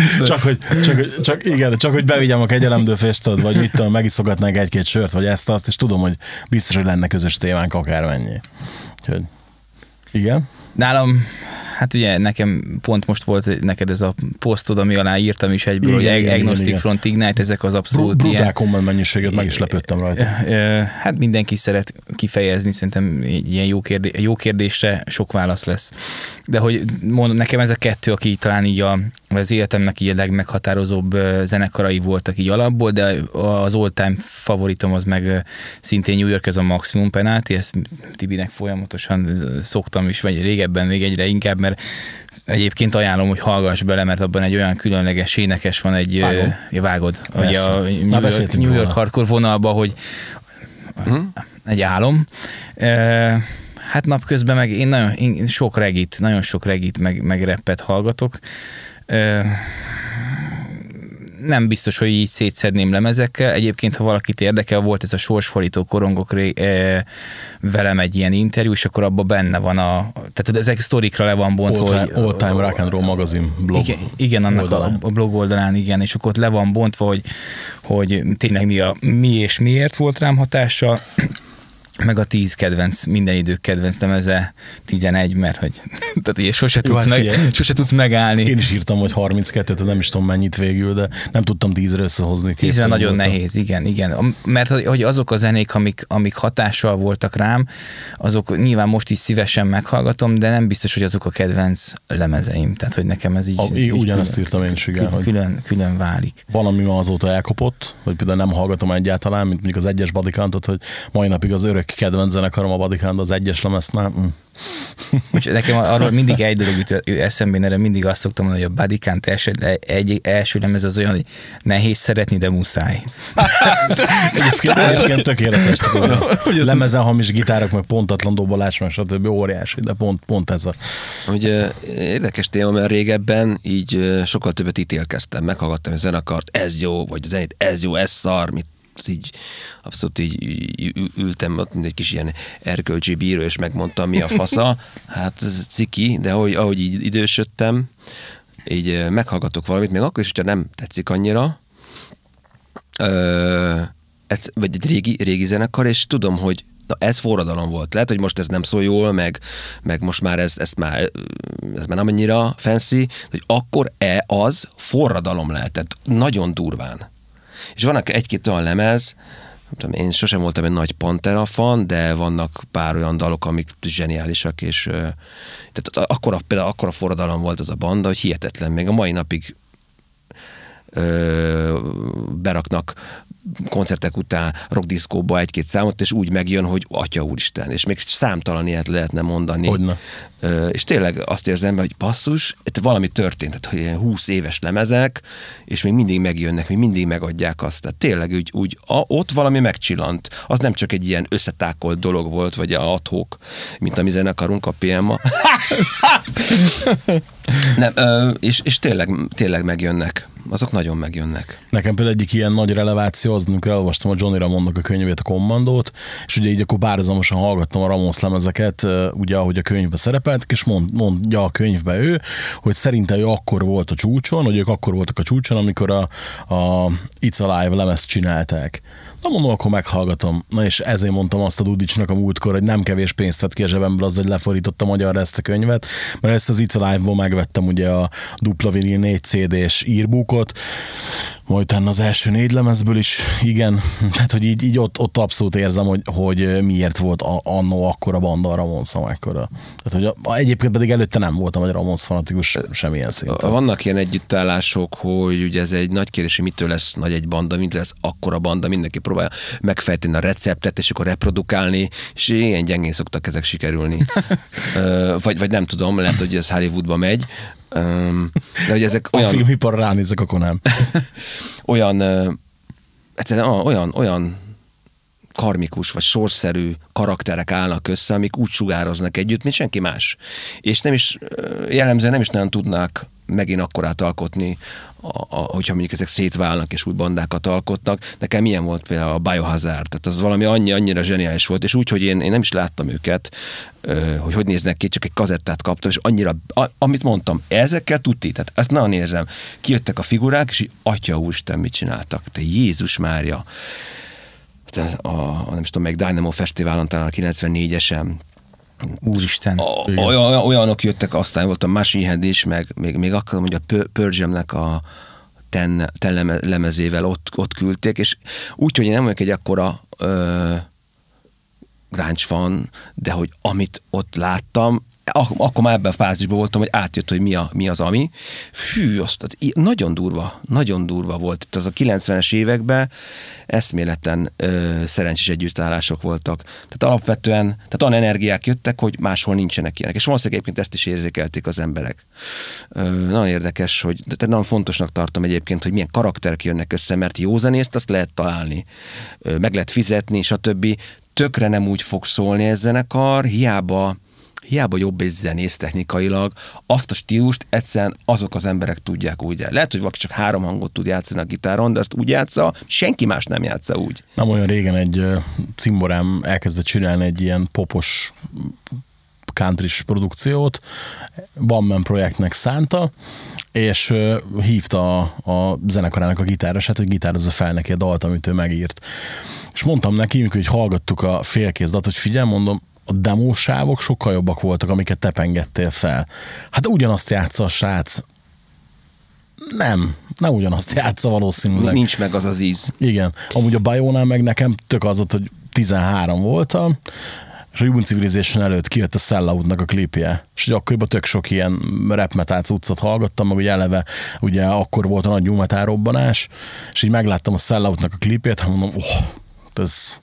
Csak hogy bevigyem a kegyelemdőfést, vagy mit tudom, megiszogatnánk egy-két sört, vagy ezt-azt, és tudom, hogy biztos, hogy lenne közös témánk akármennyi. Úgyhogy, igen. Nálam, hát ugye nekem pont most volt neked ez a posztod, ami alá írtam is egyből, igen, hogy Agnostic Front Ignite, ezek az abszolút brutál komment mennyiséget, meg is lepődtem rajta. Hát mindenki szeret kifejezni, szerintem ilyen jó kérdésre sok válasz lesz. De hogy mondom, nekem ez a kettő, aki talán így az életemnek így a legmeghatározóbb zenekarai voltak így alapból, de az all-time favoritom az meg szintén New York, ez a Maximum Penalty, ezt Tibinek folyamatosan szoktam is, vagy régebben még egyre inkább, mert egyébként ajánlom, hogy hallgass bele, mert abban egy olyan különleges énekes van, vágod. Hogy a New York hardcore vonalban, hogy egy álom. Hát napközben meg én nagyon sok regit, meg rappet hallgatok. Nem biztos, hogy így szétszedném lemezekkel. Egyébként, ha valakit érdekel, volt ez a Sorsfordító korongok velem egy ilyen interjú, és akkor abban benne van tehát ezek sztorikra le van bontva. All Time Rock and Roll magazin blog. Igen, annak oldalán. A blog oldalán, igen, és akkor ott le van bontva, hogy tényleg mi és miért volt rám hatása, meg a 10 kedvenc, minden idők kedvenc lemeze, 11, mert hogy tehát ugye sose tudsz megállni. Én is írtam, hogy 32-t, nem is tudom mennyit végül, de nem tudtam 10-re összehozni. 10 nagyon nehéz, igen. Mert hogy azok a zenék, amik hatással voltak rám, azok nyilván most is szívesen meghallgatom, de nem biztos, hogy azok a kedvenc lemezeim. Tehát, hogy nekem ez így ugyanezt írtam én is, igen. Külön válik. Valami ma azóta elkopott, hogy például nem hallgatom egyáltalán, mint mondjuk az egyes Bodycountot, hogy mai napig az örök kedvenc zenekarom a Bodycount, az egyes lemezt már. Nekem arról mindig egy dolog jut eszembe, erre mindig azt szoktam mondani, hogy a Bodycount első lemez az olyan, hogy nehéz szeretni, de muszáj. Egyébként tökéletes. Lemezen hamis gitárok, meg pontatlan dobolás, meg stb. Óriási, de pont ez a... Ugye érdekes téma, mert régebben így sokkal többet ítélkeztem, meghallgattam a zenekart, ez jó, vagy a zenét, ez jó, ez szar, így abszolút így ültem ott, mint egy kis ilyen erkölcsi bíró, és megmondtam, mi a fasza. Hát ez ciki, de ahogy így idősödtem, így meghallgatok valamit, még akkor is, hogyha nem tetszik annyira, vagy egy régi zenekar, és tudom, hogy na, ez forradalom volt. Lehet, hogy most ez nem szól jól, meg most már ez már nem annyira fancy, hogy akkor az forradalom lehetett. Nagyon durván. És vannak egy-két olyan lemez, én sosem voltam egy nagy Pantera fan, de vannak pár olyan dalok, amik zseniálisak, és tehát akkora forradalom volt az a banda, hogy hihetetlen, még a mai napig beraknak koncertek után rockdiszkóba egy-két számot, és úgy megjön, hogy Atya Úristen, és még számtalan ilyet lehetne mondani. Hogyne. És tényleg azt érzem, hogy basszus, itt valami történt, tehát hogy ilyen 20 éves lemezek, és még mindig megjönnek, még mindig megadják azt. Tehát tényleg ott valami megcsillant. Az nem csak egy ilyen összetákolt dolog volt, vagy ad-hoc, mint a mi zenekarunk, a PMA. Nem, és tényleg megjönnek. Azok nagyon megjönnek. Nekem például egyik ilyen nagy releváció az, amikor elolvastam a Johnny Ramonnak a könyvét, a Commandót, és ugye így akkor párhuzamosan hallgattam a Ramones lemezeket, ugye ahogy a könyvben szerepeltek, és mondja a könyvbe ő, hogy szerinte ő akkor volt a csúcson, hogy ők akkor voltak a csúcson, amikor a It's Alive lemezt csinálták. Na mondom, akkor meghallgatom. Na és ezért mondtam azt a Dudicsnak a múltkor, hogy nem kevés pénzt vett ki a zsebemből az, hogy lefordította magyarra ezt a könyvet, mert ezt az It's Alive-ból megvettem ugye a dupla vinil 4 CD-s írbookot, majd utána az első 4 lemezből is, igen, tehát hogy így ott abszolút érzem, hogy miért volt annó akkora banda a Ramones amekkora. Tehát hogy egyébként pedig előtte nem voltam egy Ramones fanatikus semmilyen szinten. Vannak ilyen együttállások, hogy ugye ez egy nagy kérdés, hogy mitől lesz nagy egy banda, mint lesz akkora banda, mindenki próbálja megfejteni a receptet, és akkor reprodukálni, és ilyen gyengén szoktak ezek sikerülni. vagy nem tudom, lehet, hogy ez Hollywoodba megy, de hogy ezek olyan... A filmiparra ránézek, akkor nem. olyan karmikus vagy sorszerű karakterek állnak össze, amik úgy sugároznak együtt, mint senki más. És jellemzően nem is nagyon tudnák megint akkorát alkotni, hogyha mondjuk ezek szétválnak és új bandákat alkotnak. Nekem ilyen volt például a Biohazard, tehát az valami annyira zseniális volt, és úgy, hogy én nem is láttam őket, hogy néznek ki, csak egy kazettát kaptam, és annyira, amit mondtam, ezekkel tuti, tehát ezt nagyon érzem. Kijöttek a figurák, és így, Atya Úristen, mit csináltak? Te Jézus Mária! Nem tudom, meg Dynamo Fesztiválon talán a 94-esen. Úristen. Olyanok jöttek, aztán volt a Machine Head is, meg még akkor, hogy a Pearl Jam-nek a ten lemezével ott küldték, és úgy, hogy én nem vagyok egy akkora grunge fan, de hogy amit ott láttam, akkor már ebben a fázisban voltam, hogy átjött, hogy mi az ami. Fű, nagyon durva volt. Itt az a 90-es években eszméleten szerencsés együttállások voltak. Tehát alapvetően, olyan energiák jöttek, hogy máshol nincsenek ilyenek. És valószínűleg egyébként ezt is érzékelték az emberek. Nagyon érdekes, tehát nagyon fontosnak tartom egyébként, hogy milyen karakterek jönnek össze, mert józanészt azt lehet találni. Meg lehet fizetni, stb. Tökre nem úgy fog szólni ez zenekar, hiába jobb és zenész technikailag, azt a stílust egyszerűen azok az emberek tudják úgy. Lehet, hogy valaki csak 3 hangot tud játszani a gitáron, de azt úgy játsza, senki más nem játsza úgy. Nem olyan régen egy cimborám elkezdett csinálni egy ilyen popos countrys produkciót, One Man projektnek szánta, és hívta a zenekarának a gitárosát, hogy gitározza fel neki a dalt, amit ő megírt. És mondtam neki, hogy hallgattuk a félkész dalt, hogy figyelj, mondom, a demósávok sokkal jobbak voltak, amiket te pengettél fel. Hát ugyanazt játsza a srác. Nem ugyanazt játsza valószínűleg. Nincs meg az az íz. Igen. Amúgy a Bajónál meg nekem tök az ott, hogy 13 voltam, és a Human Civilization előtt kijött a Selloutnak a klipje. És ugye akkoriban tök sok ilyen rap metal cuccot hallgattam, meg ugye eleve ugye akkor volt a nagy new metal robbanás, és így megláttam a Selloutnak a klipjét, hát mondom, ez...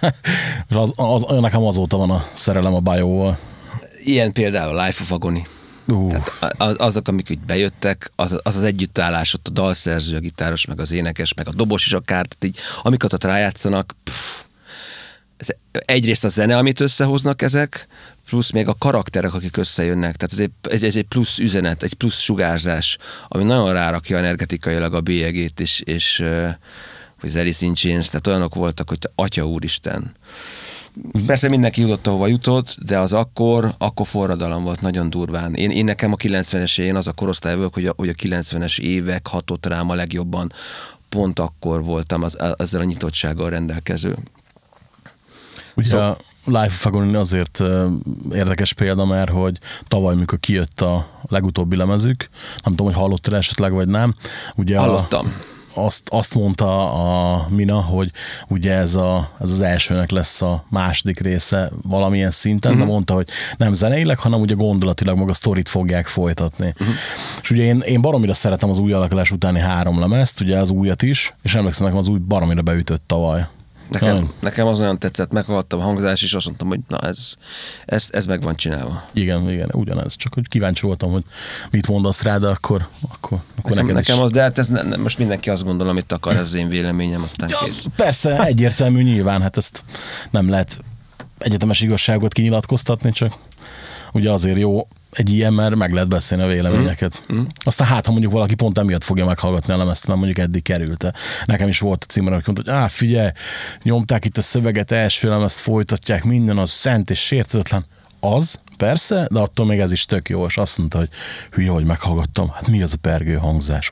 nekem azóta van a szerelem a Bajóval. Ilyen például a Life of Agony. Tehát azok, amik úgy bejöttek, az együttállás, ott a dalszerző, a gitáros, meg az énekes, meg a dobos is akár, tehát így, amiket ott rájátszanak, egyrészt a zene, amit összehoznak ezek, plusz még a karakterek, akik összejönnek, tehát ez egy plusz üzenet, egy plusz sugárzás, ami nagyon rárakja energetikailag a bélyegét, és hogy az Alice in Chains, tehát olyanok voltak, hogy Atya Úristen. Persze mindenki jutott, ahova jutott, de az akkor forradalom volt nagyon durván. Én nekem a 90-es évén az a korosztály vagyok, hogy a 90-es évek hatott rám a legjobban. Pont akkor voltam ezzel a nyitottsággal rendelkező. Ugye a Life of Agony azért érdekes példa, mert hogy tavaly, mikor kijött a legutóbbi lemezük, nem tudom, hogy hallottál esetleg, vagy nem. Ugye hallottam. azt mondta a Mina, hogy ugye ez az elsőnek lesz a második része valamilyen szinten, de mondta, hogy nem zeneileg, hanem ugye gondolatilag maga a sztorit fogják folytatni. És ugye én baromira szeretem az új alakulás utáni 3 lemezt, ugye az újat is, és emlékszem, nekem az új baromira beütött tavaly. Nekem az olyan tetszett, meghallgattam a hangzás, és azt mondtam, hogy na ez meg van csinálva. Igen, ugyanez. Csak hogy kíváncsi voltam, hogy mit mondasz rá, de akkor nekem az, de hát ez most mindenki azt gondol, amit akar, ez az én véleményem, aztán kész. Persze, egyértelmű nyilván, hát ezt nem lehet egyetemes igazságot kinyilatkoztatni, csak ugye azért jó egy ilyen, mert meg lehet beszélni a véleményeket. Aztán ha mondjuk valaki pont emiatt fogja meghallgatni a lemezt, mert mondjuk eddig került. Nekem is volt a címre, hogy mondta, hogy figyelj, nyomták itt a szöveget, első lemezt folytatják, minden az szent és sértetlen. Az, persze, de attól még ez is tök jó, és azt mondta, hogy hülye, hogy meghallgattam, hát mi az a pergő hangzás?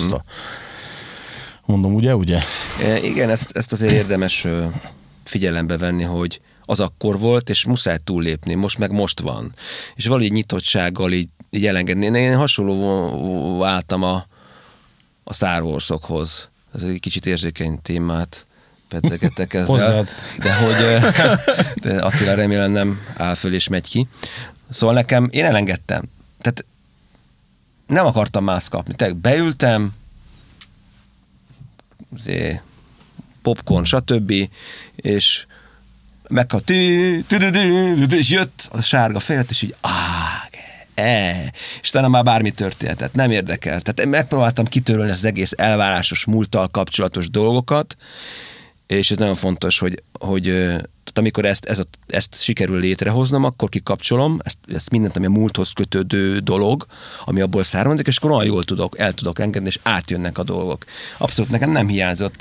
Mondom, ugye? Igen, ezt azért érdemes figyelembe venni, hogy az akkor volt, és muszáj túllépni, most van. És valahogy nyitottsággal így elengedni. Én hasonló álltam a Star Wars-okhoz. Ez egy kicsit érzékeny témát pedzegettek ezzel. Hozzad. De hogy de Attila remélem nem áll föl és megy ki. Szóval nekem, én elengedtem. Tehát nem akartam más kapni. Tehát beültem, popcorn, stb. És és jött a sárga fejlet, és így és utána már bármi történhetett, nem érdekel. Tehát megpróbáltam kitörölni az egész elvárásos múlttal kapcsolatos dolgokat, és ez nagyon fontos, hogy amikor ezt sikerül létrehoznom, akkor kikapcsolom, ezt mindent, ami a múlthoz kötődő dolog, ami abból származik, és akkor olyan jól el tudok engedni, és átjönnek a dolgok. Abszolút nekem nem hiányzott,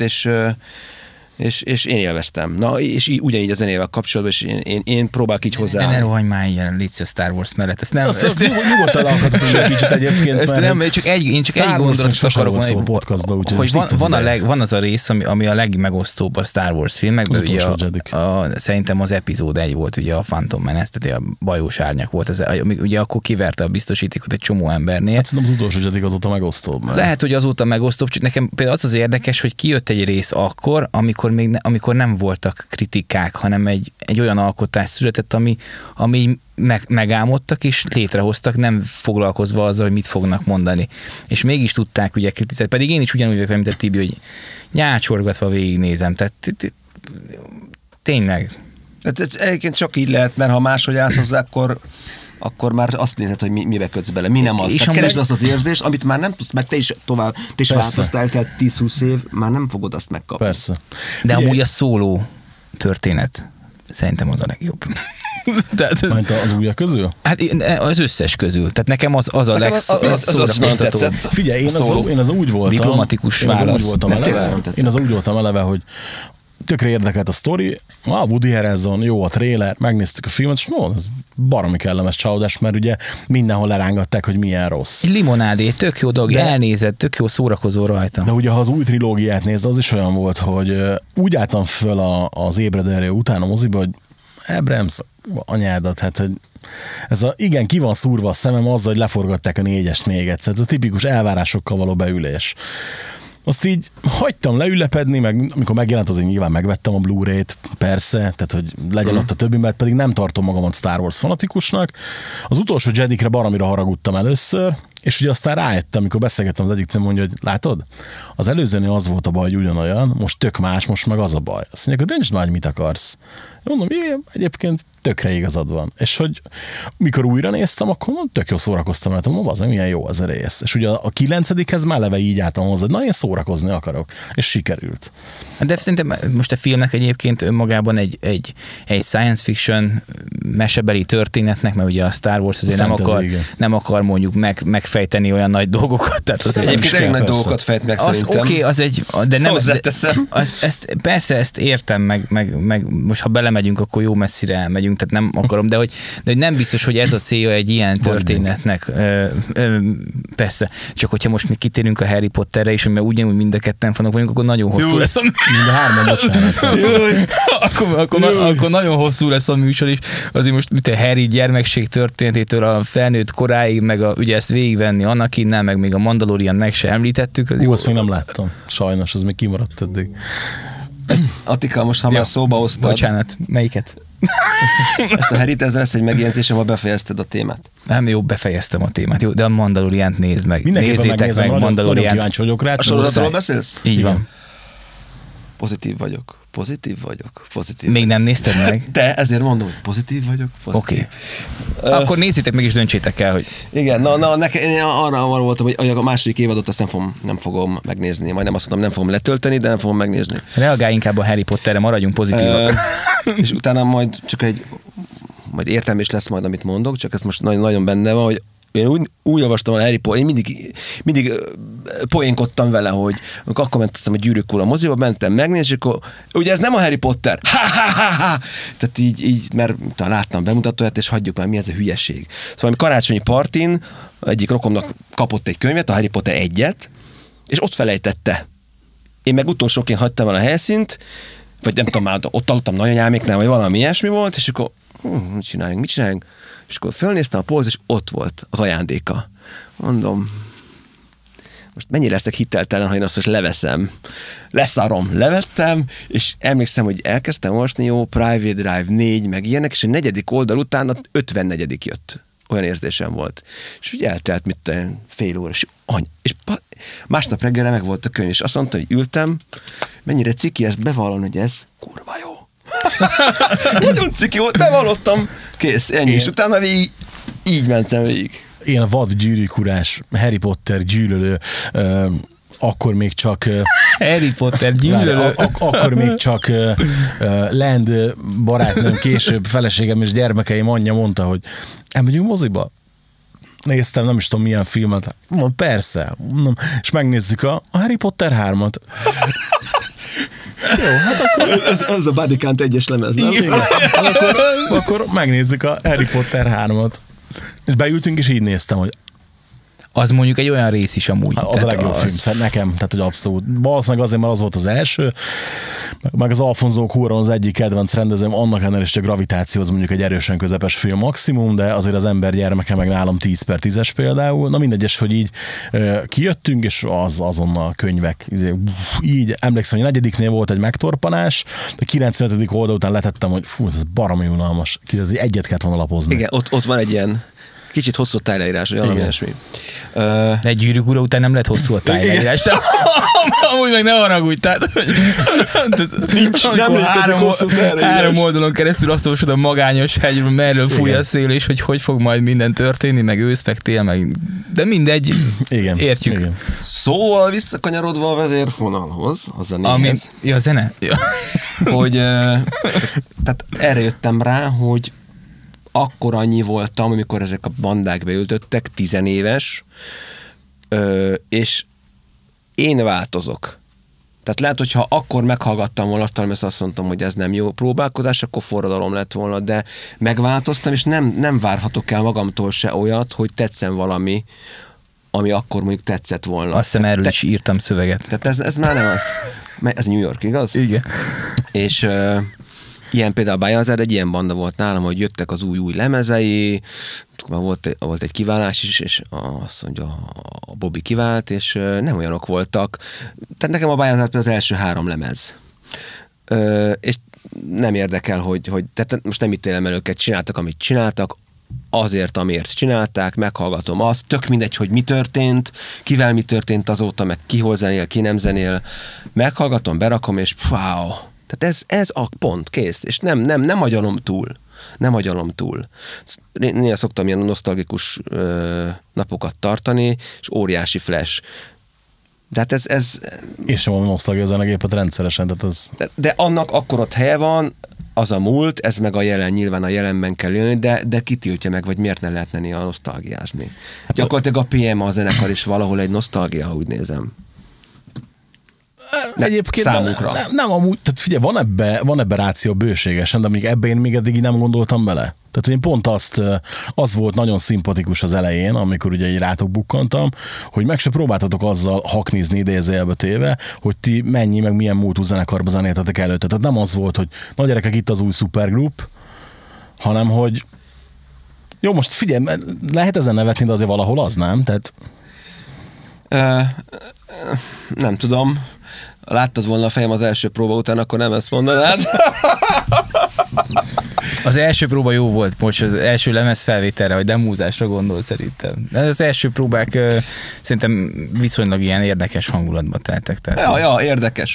és én élveztem. Na, és ugyanígy a zenével kapcsolatban, és én próbálok így hozzá. Ne rohanj már ilyen Légy a Star Wars mellett. Ezt nem. Azt nyugodtan alkothatunk egy kicsit egyébként. Én csak egy gondolatot akarok mondani, hogy van az a rész, ami a legmegosztóbb a Star Wars filmekben. Ugye szerintem az epizód 1 volt, ugye a Phantom Menace, tehát a bajós árnyak volt. Ugye akkor kiverte a biztosítékot egy csomó embernél. Hát szerintem az utolsó Jedi azóta megosztóbb. Lehet, hogy azóta megosztóbb, csak nekem például az érdekes, hogy kijött egy rész akkor, amikor nem voltak kritikák, hanem egy olyan alkotás született, ami megálmodtak és létrehoztak, nem foglalkozva azzal, hogy mit fognak mondani. És mégis tudták ugye kritizálni. Pedig én is ugyanúgy vagyok, mint a Tibi, hogy nyácsorgatva végignézem. Tehát tényleg. Egyébként csak így lehet, mert ha máshogy állsz hozzá, akkor már azt nézed, hogy mibe kötsz bele. Mi nem az. Tehát keresd azt az érzést, amit már nem tudsz, meg te is változtál, tehát 10-20 év, már nem fogod azt megkapni. Persze. De amúgy a szóló történet szerintem az a legjobb. Majd az újak közül? Hát az összes közül. Tehát nekem az a legszórakoztatóbb. Figyelj, én az úgy voltam. Diplomatikus válasz. Én az úgy voltam eleve, hogy tökre érdekelt a sztori, Woody Harrelson, jó a trailer, megnéztük a filmet, és ez baromi kellemes csalódás, mert ugye mindenhol lerángatták, hogy milyen rossz. Limonádé, tök jó dolog, elnézed, tök jó szórakozó rajta. De ugye, ha az új trilógiát nézd, az is olyan volt, hogy úgy álltam föl az ébredő után a moziba, hogy Abrams, anyádat, hát, hogy igen, ki van szúrva a szemem azzal, hogy leforgatták a 4-est még egyszer. Ez a tipikus elvárásokkal való beülés. Azt így hagytam leülepedni, meg amikor megjelent, azért nyilván megvettem a Blu-ray-t, persze, tehát hogy legyen ott a többi, mert pedig nem tartom magamat Star Wars fanatikusnak. Az utolsó Jedikre baromira haragudtam először, és ugye aztán rájöttem, amikor beszélgettem az egyik cím, mondja, hogy látod, az előzőnél az volt a baj, hogy ugyanolyan, most tök más, most meg az a baj. Azt mondják, hogy döntsd már, hogy mit akarsz. Én mondom, egyébként tökre igazad van. És hogy mikor újra néztem, akkor tök jó szórakoztam, mert mondom, az milyen jó az a rész. És ugye a 9-hez már eleve így álltam hozzá, hogy na én szórakozni akarok. És sikerült. De szerintem most a filmnek egyébként önmagában egy science fiction mesebeli történetnek, mert ugye a Star Wars azért nem akar mondjuk megfejteni olyan nagy dolgokat. Tehát az egyébként elég nagy dolgokat fejt meg szerintem. Oké, az egy... De nem, persze ezt értem, meg most ha belemegyünk, akkor jó messzire elmegyünk, tehát nem akarom, de hogy nem biztos, hogy ez a célja egy ilyen történetnek. Persze. Csak hogyha most mi kitérünk a Harry Potterre is, mert ugyanúgy mind a ketten fanok vagyunk, akkor nagyon hosszú lesz a mind a hárman, bocsánat. akkor nagyon hosszú lesz a műsor is. Azért most Harry gyermekség történetétől a felnőtt koráig, meg ugye ezt végig venni Anakinnál, meg még a Mandalorian meg se említettük. Jó, azt még nem láttam. Sajnos, az még kimaradt eddig. Attika, most ha már szóba hoztad. Bocsánat, melyiket? Ezt a Harryt, ezzel lesz egy megjegyzésem, ha befejezted a témát. Nem, jó, befejeztem a témát. Jó, de a Mandaloriant nézd meg. Mindenképpen Nézzétek megnézem, meg nagyon Mandaloriant. kíváncsi vagyok rá. A sorozatról beszélsz? Így van. Pozitív vagyok. Még nem nézted meg? De ezért mondom, hogy pozitív vagyok. Oké. Akkor nézzétek meg és döntsétek el, hogy... Igen, én arra voltam, hogy a második évadot azt nem fogom megnézni. Majdnem azt mondom, nem fogom letölteni, de nem fogom megnézni. Reagálj inkább a Harry Potterre, maradjunk pozitívak. És utána majd csak majd értelmés lesz majd, amit mondok, csak ez most nagyon benne van, hogy én úgy olvastam a Harry Potter, én mindig poénkodtam vele, hogy akkor mentem a Gyűrűk Ura moziba, mentem megnézni, és akkor ugye ez nem a Harry Potter. Tehát így, mert talán láttam bemutatóját, és hagyjuk már, mi ez a hülyeség. Szóval ami karácsonyi partin egyik rokomnak kapott egy könyvet, a Harry Potter 1-et, és ott felejtette. Én meg utolsóként hagytam el a helyszínt, vagy nem tudom, már ott aludtam nagyanyáméknál, vagy valami ilyesmi volt, és akkor mit csináljunk? És akkor fölnéztem a polc, és ott volt az ajándéka. Mondom, most mennyire leszek hiteltelen, ha én azt most leveszem. Leszarom. Levettem, és emlékszem, hogy elkezdtem olvasni, jó, Private Drive 4, meg ilyenek, és a 4. oldal után a 54. jött. Olyan érzésem volt. És úgy eltelt, fél óra, és másnap reggelre meg volt a könyv, és azt mondta, hogy ültem, mennyire ciki ezt bevallani, hogy ez kurva jó. Nagyon ciki volt, bevallottam, kész, ennyi, és utána így mentem végig. Én a vad gyűrűkurás, Harry Potter gyűlölő, akkor még csak... Harry Potter gyűlölő. Akkor még csak Land barátnőm, később feleségem és gyermekeim anyja mondta, hogy elmegyünk moziba. Néztem, nem is tudom milyen filmet. Mondom, persze. Mondom, és megnézzük a Harry Potter 3-at. Jó, hát akkor... Ez a Body Count 1-es lemez, nem? Igen. Akkor megnézzük a Harry Potter 3-at. És beültünk, és így néztem, hogy az mondjuk egy olyan rész is amúgy. Az a legjobb film, szerintem nekem, tehát hogy abszolút. Valószínűleg azért, mert az volt az első, meg az Alfonso Cuarón az egyik kedvenc rendezőm, annak ellenére is a Gravitáció az mondjuk egy erősen közepes film maximum, de azért az ember gyermeke meg nálam 10/10-es például. Na mindegyes, hogy így kijöttünk, és azonnal könyvek. Így emlékszem, hogy a 4. volt egy megtorpanás, de 95. oldal után letettem, hogy fú, ez baromi unalmas. Egyet kellett volna lapozni. Igen, ott van egy ilyen kicsit hosszú tájleírás, vagy valami ilyesmi. De egy Gyűrűk Ura után nem lett hosszú a tájleírás. Amúgy meg ne haragudj, tehát nem létezik hosszú tájleírás. 3 oldalon keresztül azt olvasod a magányos hegy, merről fúj a szél, és hogy fog majd minden történni, meg ősz, meg tél, meg... De mindegy, igen, értjük. Igen. Szóval visszakanyarodva a vezérfonalhoz, az a néhez. Ja, a zene? Ja. Hogy tehát erre jöttem rá, hogy akkor annyi voltam, amikor ezek a bandák beültöttek, 10 éves, és én változok. Tehát lehet, hogyha akkor meghallgattam volna azt mondtam, hogy ez nem jó próbálkozás, akkor forradalom lett volna, de megváltoztam, és nem várhatok el magamtól se olyat, hogy tetszen valami, ami akkor mondjuk tetszett volna. Azt hiszem, erről is írtam szöveget. Tehát ez már nem az. Ez New York, igaz? Igen. És ilyen például a Biohazard egy ilyen banda volt nálam, hogy jöttek az új lemezei, volt egy kiválás is, és azt mondja, a Bobby kivált, és nem olyanok voltak. Tehát nekem a Biohazard az első 3 lemez. És nem érdekel, hogy tehát most nem ítélem el őket, csináltak, amit csináltak, azért, amiért csinálták, meghallgatom azt, tök mindegy, hogy mi történt, kivel mi történt azóta, meg ki hol zenél, ki nem zenél, meghallgatom, berakom, és wow. Tehát ez a pont, kész, és nem agyalom túl. Nem agyalom túl. Néha szoktam ilyen nosztalgikus napokat tartani, és óriási flash. De hát ez... És sem van nosztalgia zenegépet rendszeresen, tehát az... De annak akkor ott helye van, az a múlt, ez meg a jelen, nyilván a jelenben kell élni, de kitiltja meg, vagy miért ne lehetne néha nosztalgiázni. Hát gyakorlatilag a PMA zenekar is valahol egy nosztalgia, ha úgy nézem. Egyébként számunkra. Nem amúgy, tehát figyelj, van ebbe ráció bőségesen, de még ebben én még eddig nem gondoltam bele. Tehát én pont az volt nagyon szimpatikus az elején, amikor ugye így rátok bukkantam, hogy meg se próbáltatok azzal haknizni idézőjelbe téve, hogy ti mennyi, meg milyen múltú zenekarba zenéltetek előtte. Tehát nem az volt, hogy na gyerekek, itt az új supergroup, hanem hogy Jó, most figyelj, lehet ezen nevetni, de azért valahol az, nem? Tehát... Nem tudom. Láttad volna a fejem az első próba után, akkor nem ezt mondanád. Az első próba jó volt, most az első lemez felvételre, vagy demózásra gondol szerintem. De az első próbák szerintem viszonylag ilyen érdekes hangulatba teltek. Tehát Ja, érdekes.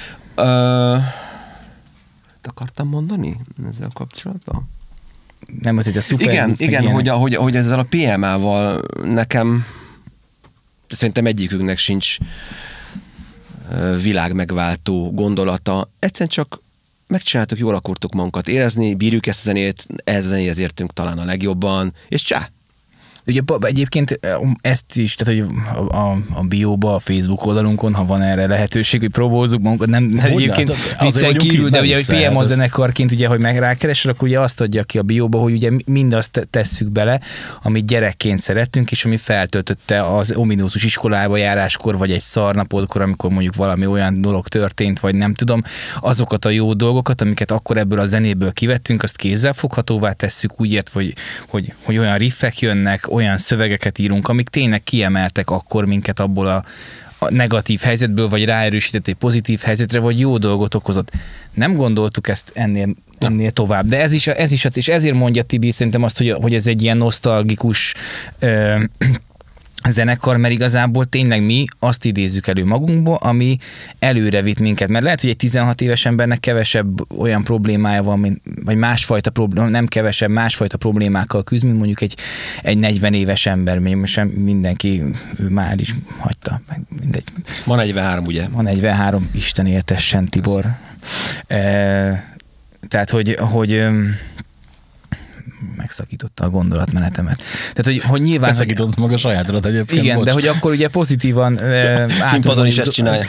Akartam mondani ezzel kapcsolatban? Nem, hogy a szuper... Igen, hogy ezzel a PMA-val nekem szerintem egyikünknek sincs világmegváltó gondolata. Egyszerűen csak megcsináltuk, jól akartuk magunkat érezni, bírjuk ezt a zenét, ehhez a zenéhez értünk talán a legjobban, és csá! Ugye egyébként ezt is, tehát hogy a bióba, a Facebook oldalunkon, ha van erre lehetőség, hogy próbáljuk magunkat, nem egyébként viccen kívül, de ugye, hogy PMA zenekarként, ugye, hogy megrákeresel, akkor ugye azt adja ki a bióba, hogy ugye mindazt tesszük bele, amit gyerekként szerettünk, és ami feltöltötte az ominózus iskolába járáskor, vagy egy szarnapodkor, amikor mondjuk valami olyan dolog történt, vagy nem tudom, azokat a jó dolgokat, amiket akkor ebből a zenéből kivettünk, azt kézzelfoghatóvá tesszük, úgy ért, hogy olyan riffek jönnek, olyan szövegeket írunk, amik tényleg kiemeltek akkor minket abból a negatív helyzetből, vagy ráerősítették pozitív helyzetre, vagy jó dolgot okozott. Nem gondoltuk ezt ennél tovább. De ez is és ezért mondja Tibi szerintem azt, hogy ez egy ilyen nosztalgikus zenekar, mert igazából tényleg mi azt idézzük elő magunkból, ami előre vitt minket. Mert lehet, hogy egy 16 éves embernek kevesebb olyan problémája van, vagy másfajta probléma, nem kevesebb, másfajta problémákkal küzd, mint mondjuk egy 40 éves ember. Most mindenki, ő már is hagyta. Mindegy. Ma 43, ugye? Ma 43, Isten éltessen, Tibor. Tehát, hogy megszakította a gondolatmenetemet. Tehát, hogy nyilván... Megszakított maga sajátodat egyébként. Igen, bocs. De hogy akkor ugye pozitívan... Színpadon is ezt csinálja.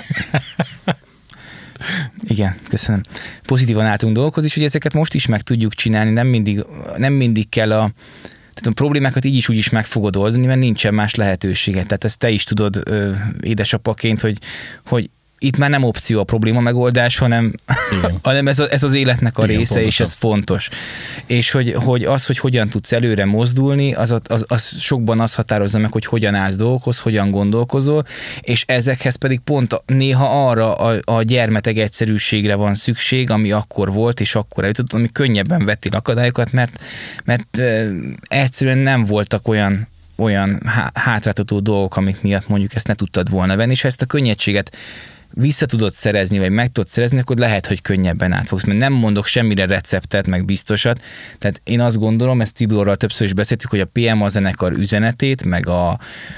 Igen, köszönöm. Pozitívan álltunk dolgokhoz, és hogy ezeket most is meg tudjuk csinálni, nem mindig kell tehát a problémákat így is úgy is meg fogod oldani, mert nincsen más lehetősége. Tehát ezt te is tudod édesapaként, hogy itt már nem opció a probléma megoldás, hanem ez az életnek a része, pontosan. És ez fontos. És hogy hogyan tudsz előre mozdulni, az sokban azt határozza meg, hogy hogyan állsz dolgokhoz, hogyan gondolkozol, és ezekhez pedig pont néha arra a gyermeteg egyszerűségre van szükség, ami akkor volt, és akkor eljutott, ami könnyebben vettél akadályokat, mert egyszerűen nem voltak olyan hátráltató dolgok, amik miatt mondjuk ezt ne tudtad volna venni, és ha ezt a könnyedséget vissza tudod szerezni, vagy meg tudod szerezni, akkor lehet, hogy könnyebben átfogsz. Mert nem mondok semmire receptet, meg biztosat. Tehát én azt gondolom, ezt Tiborral többször is beszéltük, hogy a PMA zenekar üzenetét, meg a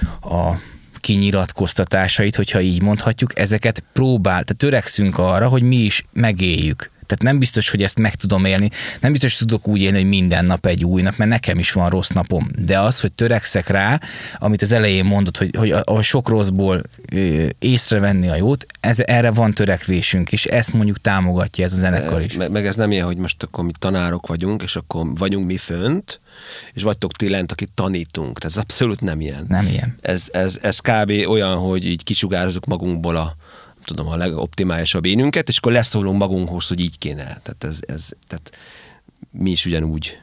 kinyilatkoztatásait, hogyha így mondhatjuk, ezeket tehát törekszünk arra, hogy mi is megéljük. Tehát nem biztos, hogy ezt meg tudom élni, nem biztos, hogy tudok úgy élni, hogy minden nap egy új nap, mert nekem is van rossz napom. De az, hogy törekszek rá, amit az elején mondott, hogy a sok rosszból észrevenni a jót, erre van törekvésünk, és ezt mondjuk támogatja ez a zenekar is. Meg ez nem ilyen, hogy most akkor mi tanárok vagyunk, és akkor vagyunk mi fönt, és vagytok ti lent, akit tanítunk. Tehát ez abszolút nem ilyen. Nem ilyen. Ez kb. Olyan, hogy így kicsugározunk magunkból a legoptimálisabb énünket, és akkor leszólunk magunkhoz, hogy így kéne. Tehát mi is ugyanúgy,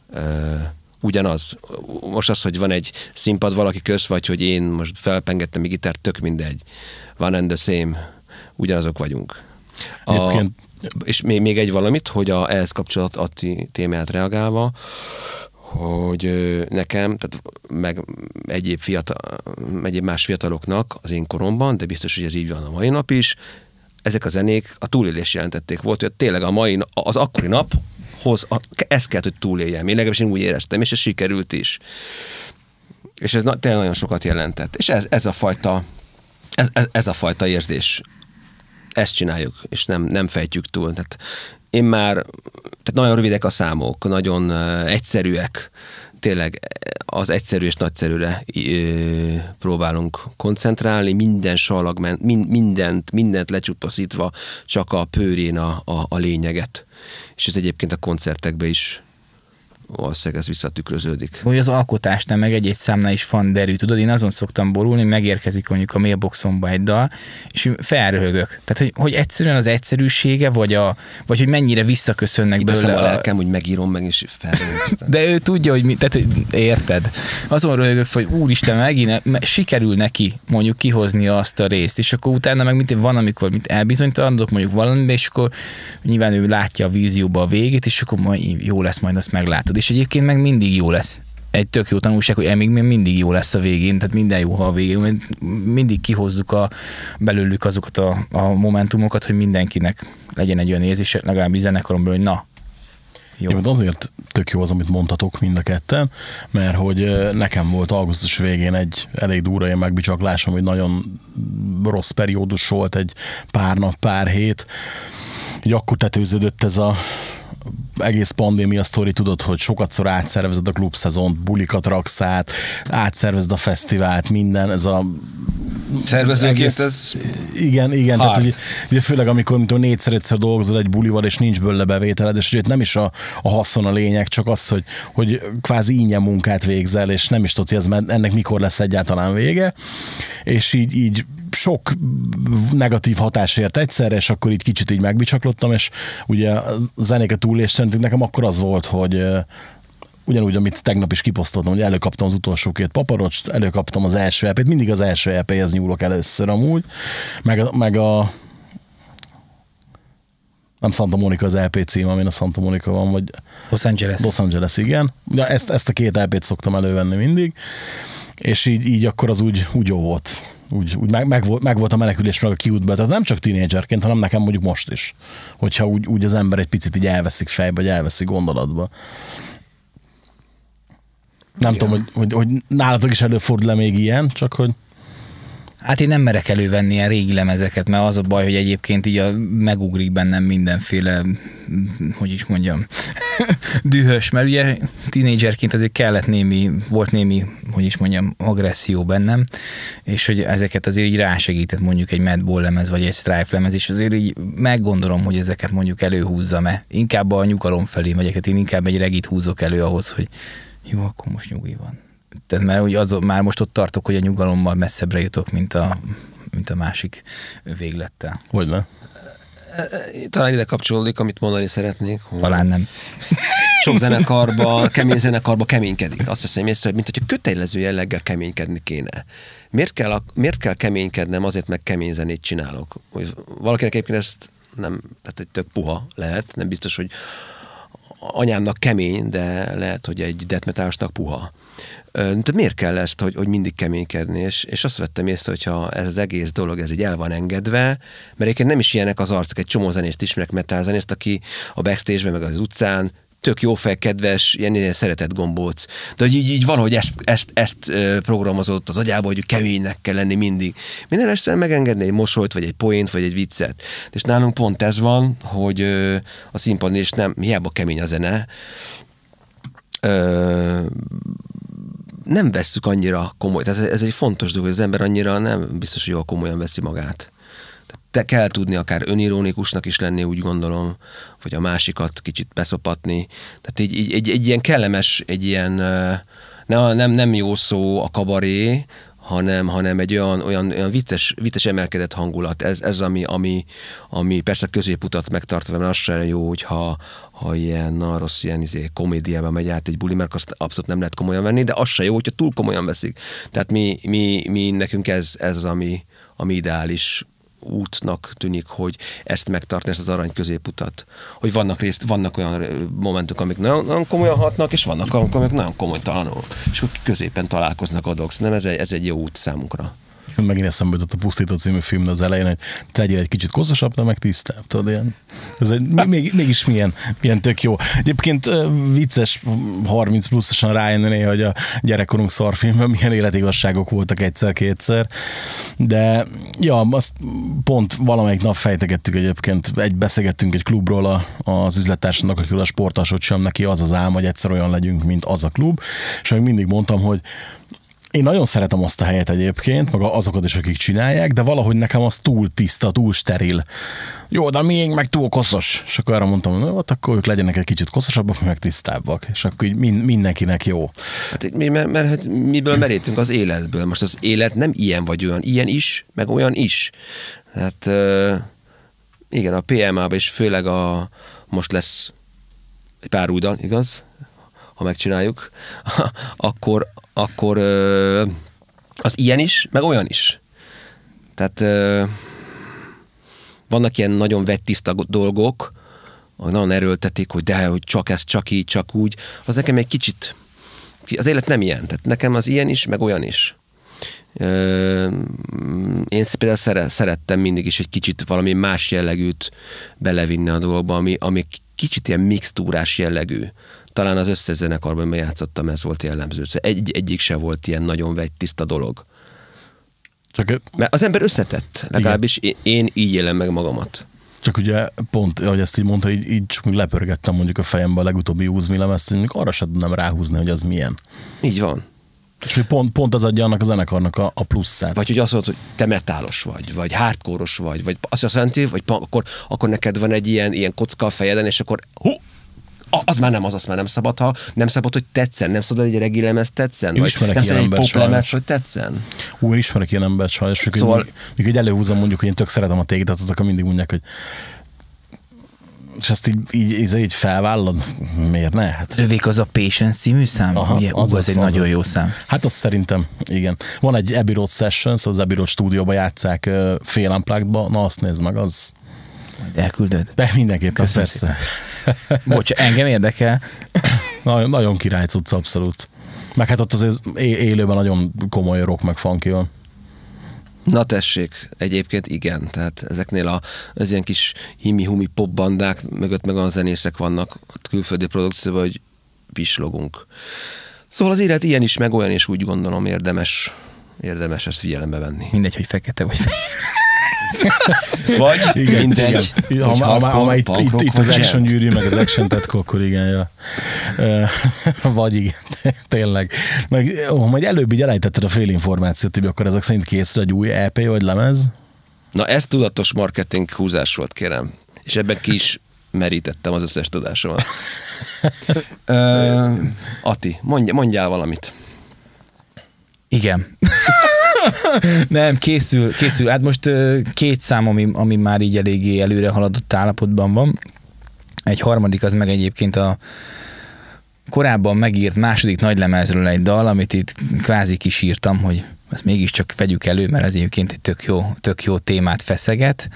ugyanaz. Most az, hogy van egy színpad, valaki köz, vagy hogy én most felpengettem a gitárt, tök mindegy. One and the same. Ugyanazok vagyunk. És még egy valamit, hogy ehhez kapcsolat Atti témáját reagálva, hogy nekem, tehát meg egyéb más fiataloknak az én koromban, de biztos, hogy ez így van a mai nap is, ezek a zenék a túlélés jelentették volt, hogy tényleg az akkori naphoz ezt kellett, hogy túléljem. Én legalábbis úgy éreztem, és ez sikerült is. És ez tényleg nagyon sokat jelentett. És ez a fajta érzés. Ezt csináljuk, és nem fejtjük túl. Tehát tehát nagyon rövidek a számok, nagyon egyszerűek, tényleg az egyszerű és nagyszerűre próbálunk koncentrálni, minden salag, mindent lecsupaszítva, csak a pőrén a lényeget. És ez egyébként a koncertekben is valószínűleg ez visszatükröződik. Hogy az alkotásnál, meg egy-egy számnál is van derű, tudod, én azon szoktam borulni, hogy megérkezik mondjuk a mailboxomba egy dal, és felröhögök. Tehát, hogy egyszerűen az egyszerűsége, vagy hogy mennyire visszaköszönnek itt belőle. Itt a lelkem, hogy megírom meg, és felröhögök. De ő tudja, hogy tehát érted. Azon röhögök, hogy úristen, megint sikerül neki mondjuk kihozni azt a részt, és akkor utána meg van, amikor elbizonytalanodok mondjuk valamibe, és akkor nyilván ő látja a vízióba a végét, és akkor majd jó lesz, majd azt meglátod. És egyébként meg mindig jó lesz. Egy tök jó tanulság, hogy még mindig jó lesz a végén, tehát minden jó, ha a végén. Mindig kihozzuk belőlük azokat a momentumokat, hogy mindenkinek legyen egy olyan érzés, legalább zenekaromból, hogy na, jó. Ja, azért tök jó az, amit mondtatok mind a ketten, mert hogy nekem volt augusztus végén egy elég durva ilyen megbicsaklásom, hogy nagyon rossz periódus volt, egy pár nap, pár hét. Így akkor tetőződött ez a egész pandémia sztori, tudod, hogy sokatszor átszervezed a klubszezont, bulikat raksz átszervezed a fesztivált, minden, ez a szervezőként ez igen, tehát ugye főleg amikor 4-5-ször dolgozol egy bulival, és nincs belőle bevételed, és ugye nem is a haszon a lényeg, csak az, hogy kvázi ingyen munkát végzel, és nem is tudod, hogy ennek mikor lesz egyáltalán vége, és így sok negatív hatás ért egyszerre, és akkor így kicsit így megbicsaklottam, és ugye a zenéket túlélésszerintük nekem akkor az volt, hogy ugyanúgy, amit tegnap is kiposztoltam, hogy előkaptam az utolsó 2 paparocst, előkaptam az első EP-t, mindig az első EP-hez nyúlok először amúgy, meg a nem Santa Monica az EP cím, amin a Santa Monica van, vagy Los Angeles, igen. Ja, ezt a 2 EP-t szoktam elővenni mindig, és így akkor az úgy jó volt. Úgy meg volt a menekülés meg a kiútba. Tehát nem csak tínédzserként, hanem nekem mondjuk most is. Hogyha úgy az ember egy picit így elveszik fejbe, vagy elveszik gondolatba. Nem tudom, hogy nálatok is előfordul még ilyen, csak hogy... Hát én nem merek elővenni ilyen régi lemezeket, mert az a baj, hogy egyébként így megugrik bennem mindenféle, hogy is mondjam, dühös, mert ugye tínédzserként azért volt némi, hogy is mondjam, agresszió bennem, és hogy ezeket azért így rásegített mondjuk egy Madball lemez, vagy egy Strife lemez, és azért így meggondolom, hogy ezeket mondjuk előhúzzam-e. Inkább a nyugalom felé megyek, tehát én inkább egy regit húzok elő ahhoz, hogy jó, akkor most nyugi van. Tehát már most ott tartok, hogy a nyugalommal messzebbre jutok, mint a másik véglettel. Hogyne? Talán ide kapcsolódik, amit mondani szeretnék. Talán nem. Sok zenekarba, kemény zenekarba keménykedik. Azt hiszem észre, hogy mint hogyha kötelező jelleggel keménykedni kéne. Miért kell keménykednem, azért meg kemény zenét csinálok? Hogy valakinek egyébként ezt nem, tehát egy tök puha lehet, nem biztos, hogy anyámnak kemény, de lehet, hogy egy death metalosnak puha. De miért kell ezt, hogy mindig keménykedni? És azt vettem észre, hogyha ez az egész dolog, ez így el van engedve, mert egyébként nem is ilyenek az arcok, egy csomó zenészt ismerek, metal zenészt, aki a backstage-ben, meg az utcán tök jó fej, kedves, ilyen szeretett gombóc. De hogy így van, hogy ezt programozott az agyába, hogy keménynek kell lenni mindig. Minden este megengedni egy mosolyt, vagy egy poént, vagy egy viccet. És nálunk pont ez van, hogy a színpadon is nem, hiába kemény a zene, nem vesszük annyira komoly. Tehát ez egy fontos dolog, hogy az ember annyira nem biztos, hogy jól komolyan veszi magát. Te kell tudni akár önironikusnak is lenni, úgy gondolom, vagy a másikat kicsit beszopatni. Tehát így egy ilyen kellemes, egy ilyen nem jó szó a kabaré, hanem egy olyan vicces emelkedett hangulat. Ez ami persze középutat megtartva, mert az sem jó, hogyha ilyen rossz ilyen komédiában megy át egy buli, mert azt abszolút nem lehet komolyan venni, de az sem jó, hogyha túl komolyan veszik. Tehát mi nekünk ez az, ami ideális útnak tűnik, hogy ezt megtartani, ezt az arany középutat. Hogy vannak olyan momentumok, amik nagyon komolyan hatnak, és vannak, amik nagyon komolytalanul. És akkor középen találkoznak a dolgok. Szerintem ez egy jó út számunkra. Megint eszembe jutott a Pusztító című filmben az elején, hogy te legyél egy kicsit kosszasabb, de meg tisztább, tudod, ilyen. Ez mégis milyen tök jó. Egyébként vicces 30 pluszosan rájönni, hogy a gyerekkorunk szarfilmben milyen életigazságok voltak egyszer-kétszer, de ja, azt pont valamelyik nap fejtegettük egyébként, beszélgettünk egy klubról az üzlettársának, aki a sportasot sem, neki az az álma, hogy egyszer olyan legyünk, mint az a klub, és még mindig mondtam, hogy én nagyon szeretem azt a helyet egyébként, meg azokat is, akik csinálják, de valahogy nekem az túl tiszta, túl steril. jó, de a miénk meg túl koszos. És akkor arra mondtam, hogy ott akkor ők legyenek egy kicsit koszosabbak, meg tisztábbak. És akkor így mindenkinek jó. Hát mert miből merítünk? Az életből. Most az élet nem ilyen vagy olyan. Ilyen is, meg olyan is. Hát igen, a PMA-ban is főleg most lesz egy pár új dal, igaz? Ha megcsináljuk, akkor az ilyen is, meg olyan is. Tehát vannak ilyen nagyon vettiszta dolgok, hogy nagyon erőltetik, hogy de, hogy csak ez, csak így, csak úgy. Az nekem egy kicsit, az élet nem ilyen. Tehát nekem az ilyen is, meg olyan is. Én például szerettem mindig is egy kicsit valami más jellegűt belevinni a dolgokba, ami kicsit ilyen mixtúrás jellegű. Talán az összes zenekarban játszottam, ez volt jellemző. Egyik se volt ilyen nagyon vegytiszta dolog. Mert az ember összetett, legalábbis én így élem meg magamat. Csak ugye pont, ahogy ezt így mondta, így csak lepörgettem mondjuk a fejembe a legutóbbi Use Me lemezt, hogy arra sem tudnám ráhúzni, hogy az milyen. Így van. És pont az adja annak a zenekarnak a pluszát. Vagy hogy azt mondod, hogy te metálos vagy hardcore-os vagy azt jelenti, hogy akkor neked van egy ilyen kocka a fejeden, és akkor az már nem az, azt már nem szabad, ha nem szabad, hogy tetszen, nem szabad, hogy egy regi lemez tetszen, vagy nem szabad, egy pop lemez, hogy tetszen. Én ismerek ilyen embert sajnos, szóval... mikor előhúzom mondjuk, hogy én tök szeretem a tégedet, akkor mindig mondják, hogy és ezt így felvállod? Miért ne? Hát... Rövik az a Patience című szám? Aha, ugye, az egy nagyon jó szám. Hát azt szerintem, igen. Van egy Abbey Road Sessions, az Abbey Road stúdióban játsszák fél unpluggedba, na azt nézd meg, az... Majd elküldöd? Mindenképpen, persze. Bocs, engem érdekel. Nagyon király cucc, abszolút. Meg hát ott azért élőben nagyon komoly rock meg funky van. Na tessék, egyébként igen, tehát ezeknél az ilyen kis himi-humi popbandák mögött meg olyan zenészek vannak külföldi produkcióban, hogy pislogunk. Szóval az élet ilyen is, meg olyan is, úgy gondolom érdemes ezt figyelembe venni. Mindegy, hogy fekete vagy vagy igen, mindegy. Igen. Ha itt az Action gyűrű, meg az Action Tetko, akkor igen, ja. Vagy igen, tényleg. Meg, majd előbb így elejtetted a fél információt, Tibi, akkor ezek szerint készül egy új EP vagy lemez? Na ez tudatos marketing húzás volt, kérem. És ebben ki is merítettem az összes tudásomat. Ati, mondjál valamit. Igen. Nem, készül. Hát most 2 szám, ami már így eléggé előre haladott állapotban van. Egy harmadik az meg egyébként a korábban megírt második nagylemezről egy dal, amit itt kvázi kisírtam, hogy ezt mégiscsak vegyük elő, mert ez egyébként egy tök jó témát feszeget.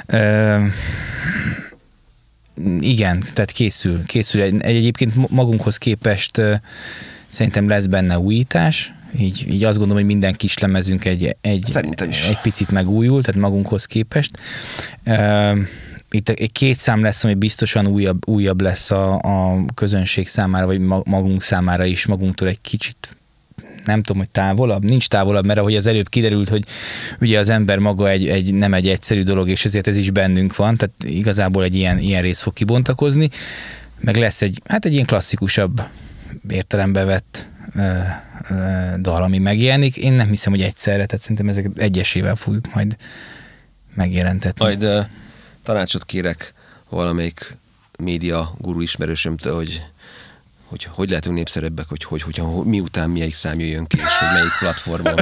Igen, tehát készül. Egyébként magunkhoz képest szerintem lesz benne újítás. Így azt gondolom, hogy minden kis lemezünk egy picit megújul, tehát magunkhoz képest. Itt egy 2 szám lesz, ami biztosan újabb lesz a közönség számára, vagy magunk számára is, magunktól egy kicsit, nem tudom, hogy távolabb. Nincs távolabb, mert ahogy az előbb kiderült, hogy ugye az ember maga nem egy egyszerű dolog, és ezért ez is bennünk van, tehát igazából egy ilyen rész fog kibontakozni, meg lesz egy ilyen klasszikusabb értelembe vett dal, ami megjelenik. Én nem hiszem, hogy egyszerre, tehát szerintem ezeket egyesével fogjuk majd megjelentetni. Majd tanácsot kérek valamelyik média guru ismerősömtől, hogy lehetünk népszerűbbek, hogy miután melyik szám jöjjön ki, és hogy melyik platformon.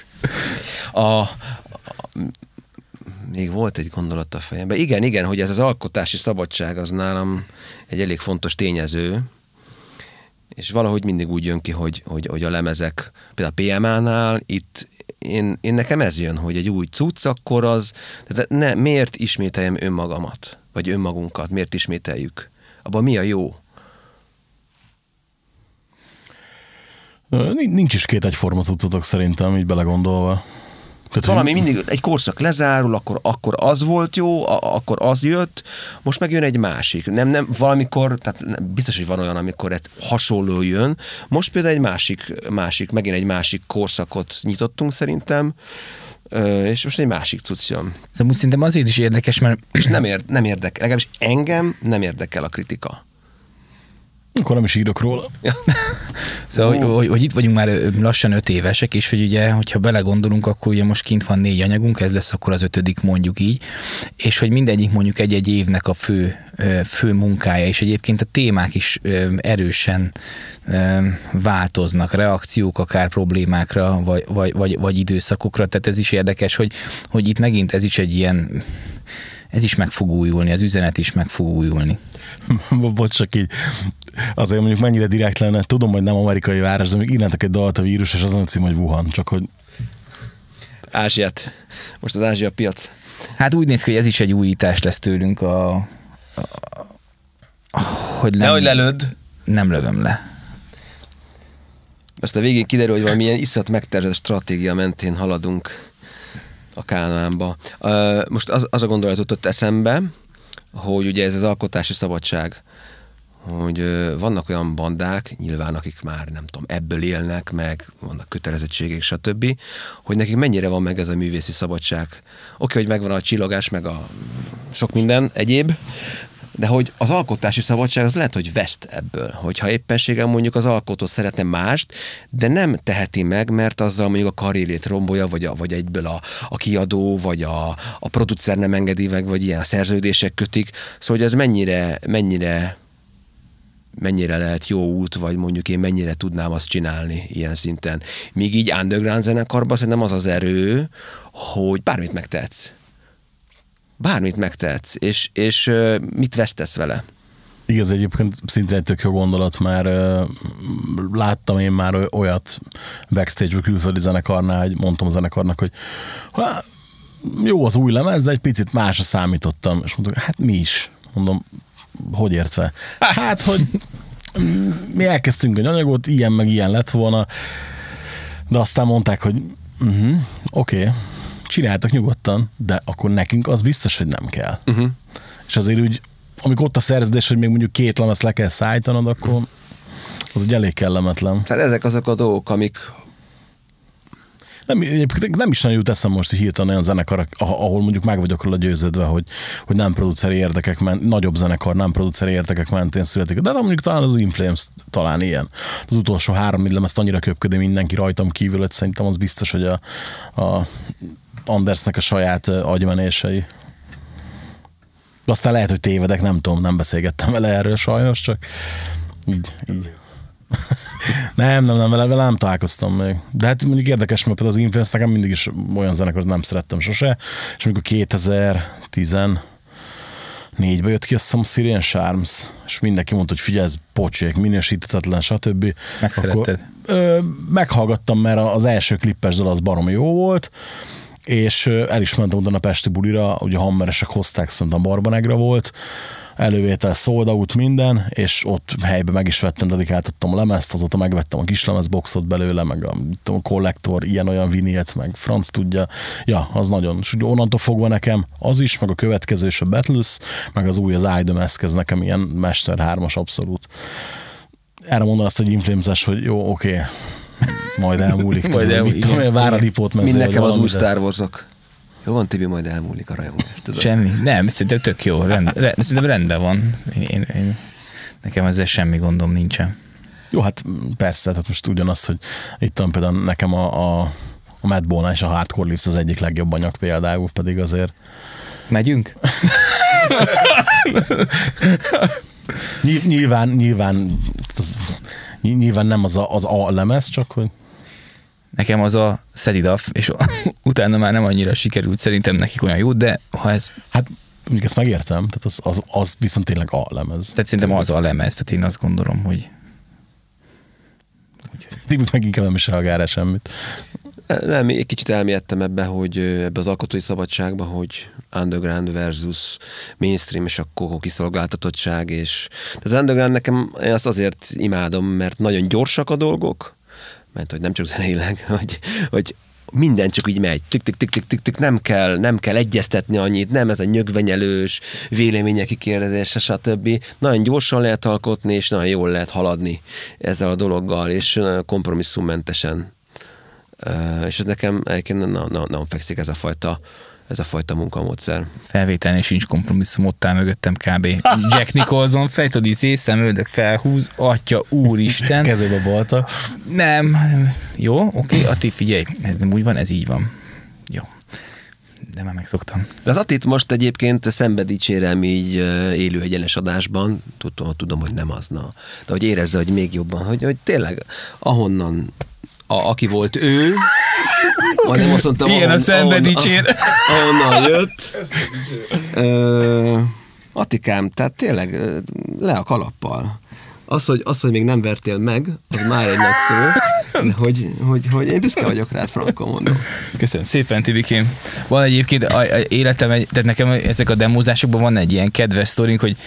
Még volt egy gondolat a fejemben. Igen, hogy ez az alkotási szabadság az nálam egy elég fontos tényező, és valahogy mindig úgy jön ki, hogy a lemezek, például a PMA-nál itt én nekem ez jön, hogy egy új cucc, akkor az, tehát miért ismételjem önmagamat, vagy önmagunkat, miért ismételjük? Abban mi a jó? Nincs is 2 egyforma cuccotok szerintem, így belegondolva. Tehát valami mindig, egy korszak lezárul, akkor az volt jó, akkor az jött, most megjön egy másik. Nem, valamikor, tehát biztos, hogy van olyan, amikor egy hasonló jön. Most például egy megint egy másik korszakot nyitottunk szerintem, és most egy másik cucc jön. Szóval úgy szerintem azért is érdekes, mert... És nem érdekel, legalábbis engem nem érdekel a kritika. Akkor nem is írok róla. Szóval, hogy itt vagyunk már lassan 5 évesek, és hogy ugye, hogyha belegondolunk, akkor ugye most kint van 4 anyagunk, ez lesz akkor az 5. mondjuk így, és hogy mindegyik mondjuk egy-egy évnek a fő munkája, és egyébként a témák is erősen változnak, reakciók akár problémákra, vagy időszakokra, tehát ez is érdekes, hogy itt megint ez is egy ilyen, ez is meg fog újulni, az üzenet is meg fog újulni. Bocs, csak így azért mondjuk mennyire direkt lenne, tudom, hogy nem amerikai város, de még írnátok egy dalt a vírus, és azon a cím, hogy Wuhan, csak hogy... Ázsiát. Most az Ázsia piac. Hát úgy néz ki, hogy ez is egy újítás lesz tőlünk, hogy nem... Nehogy lelőd. Nem lövöm le. Ezt a végén kiderül, hogy valamilyen iszat megtervezett stratégia mentén haladunk a Kánaánba. Most az a gondolat jutott eszembe, hogy ugye ez az alkotási szabadság, hogy vannak olyan bandák, nyilván akik már nem tudom, ebből élnek, meg vannak kötelezettségek, stb., hogy nekik mennyire van meg ez a művészi szabadság. Oké, hogy megvan a csillogás, meg a sok minden egyéb, de hogy az alkotási szabadság az lehet, hogy veszt ebből. Hogyha éppenséggel mondjuk az alkotó szeretne mást, de nem teheti meg, mert azzal mondjuk a karrierét rombolja, vagy egyből a kiadó, vagy a producer nem engedi meg, vagy ilyen szerződések kötik. Szóval, hogy ez mennyire lehet jó út, vagy mondjuk én mennyire tudnám azt csinálni ilyen szinten. Míg így underground zenekarban szerintem az az erő, hogy bármit megtehetsz. Bármit megtehetsz, és mit vesztesz vele? Igaz, egyébként szintén egy tök jó gondolat, mert láttam én már olyat backstage-ből külföldi zenekarnál, hogy mondtam a zenekarnak, hogy jó az új lemez, de egy picit másra számítottam. És mondtam, hát mi is? Mondom, hogy értve? Hát, hogy mi elkezdtünk egy anyagot, ilyen meg ilyen lett volna, de aztán mondták, hogy oké, csináltak nyugodtan, de akkor nekünk az biztos, hogy nem kell. És azért úgy, amikor ott a szerződés, hogy még mondjuk 2 lemezt le kell szállítanod, akkor az ugye elég kellemetlen. Tehát ezek azok a dolgok, amik... Nem is nagyon jut eszem most hirtelen olyan zenekar, ahol mondjuk meg vagyok róla győződve, hogy nem produceri érdekek nagyobb zenekar nem produceri érdekek mentén születik. De mondjuk talán az In Flames talán ilyen. Az utolsó 3 lemezt annyira köpködi mindenki rajtam kívül, hogy szerintem az biztos, hogy a Andersnek a saját agymenései. Aztán lehet, hogy tévedek, nem tudom, nem beszélgettem vele erről sajnos, csak így. Nem, vele nem találkoztam még. De hát mondjuk érdekes, mert például az Influence nekem mindig is olyan zenekart nem szerettem sose, és amikor 2014-ben jött ki, azt hiszem a Syrian Charms, és mindenki mondta, hogy figyelj, ez pocsék, minősíthetetlen, stb. Megszeretted? Meghallgattam, mert az első klippes dal az baromi jó volt, és el is mentem oda a pesti bulira, ugye hammeresek hozták, szerintem Barbanegra volt, elővétel, sold out, minden, és ott helyben meg is vettem, dedikáltattam a lemezt, azóta megvettem a kis lemezboxot belőle, meg a kollektor, ilyen-olyan vinilt, meg franc tudja. Ja, az nagyon. És ugye onnantól fogva nekem az is, meg a következő is a Battles, meg az új, az IDMS, ez nekem ilyen Mester 3-as abszolút. Erre mondom azt, hogy influenzes, hogy jó, oké, majd elmúlik. Vár a ripót mező. Mind nekem az új Star Wars-ok. Jó van, Tibi, majd elmúlik a rajongás. Semmi. Nem, szerintem tök jó. Szerintem rendben van. Nekem ezzel semmi gondom nincsen. Jó, hát persze, tehát most ugyanaz, hogy itt van például nekem a Madball-nál és a Hardcore Lips az egyik legjobb anyag például, pedig azért... Megyünk? Nyilván nem az a lemez, csak hogy... Nekem az a Set It Off, és utána már nem annyira sikerült szerintem nekik olyan jó, de ha ez... Hát mondjuk ezt megértem, tehát az viszont tényleg a lemez. Tehát szerintem az a lemez, tehát én azt gondolom, hogy... Tibik meg inkább nem is reagál rá semmit. Nem, egy kicsit elmélyedtem ebbe az alkotói szabadságba, hogy underground versus mainstream, és akkor kiszolgáltatottság, és az underground nekem, én azt azért imádom, mert nagyon gyorsak a dolgok, mert hogy nem csak zeneileg, hogy minden csak így megy, tik, nem kell egyeztetni annyit, nem ez a nyögvenyelős, vélemények kikérdezése, stb. Nagyon gyorsan lehet alkotni, és nagyon jól lehet haladni ezzel a dologgal, és kompromisszummentesen. És ez nekem egyébként nem fekszik ez a fajta ez a fajta munkamódszer. Felvételnél sincs kompromisszum, ott áll mögöttem kb. Jack Nicholson, fejtodísz, szemöldök felhúz, atya, úristen. Kezébe balta. Nem, jó, oké, Ati, figyelj, ez nem úgy van, ez így van. Jó. De már megszoktam. De az Attit most egyébként szembe dicsérem így élő egyenes adásban, tudom, hogy nem az, na. De hogy érezze, hogy még jobban, hogy tényleg ahonnan, aki volt ő, nem azt mondtam, ilyen a szembe dicsér. Ahonnan jött. Attikám, tehát tényleg le a kalappal. Az, hogy még nem vertél meg, az már egy nagy szó, de hogy én büszke vagyok rád, Franko, mondom. Köszönöm szépen, Tibikém. Van egyébként életem, tehát nekem ezek a demózásokban van egy ilyen kedves sztorink, hogy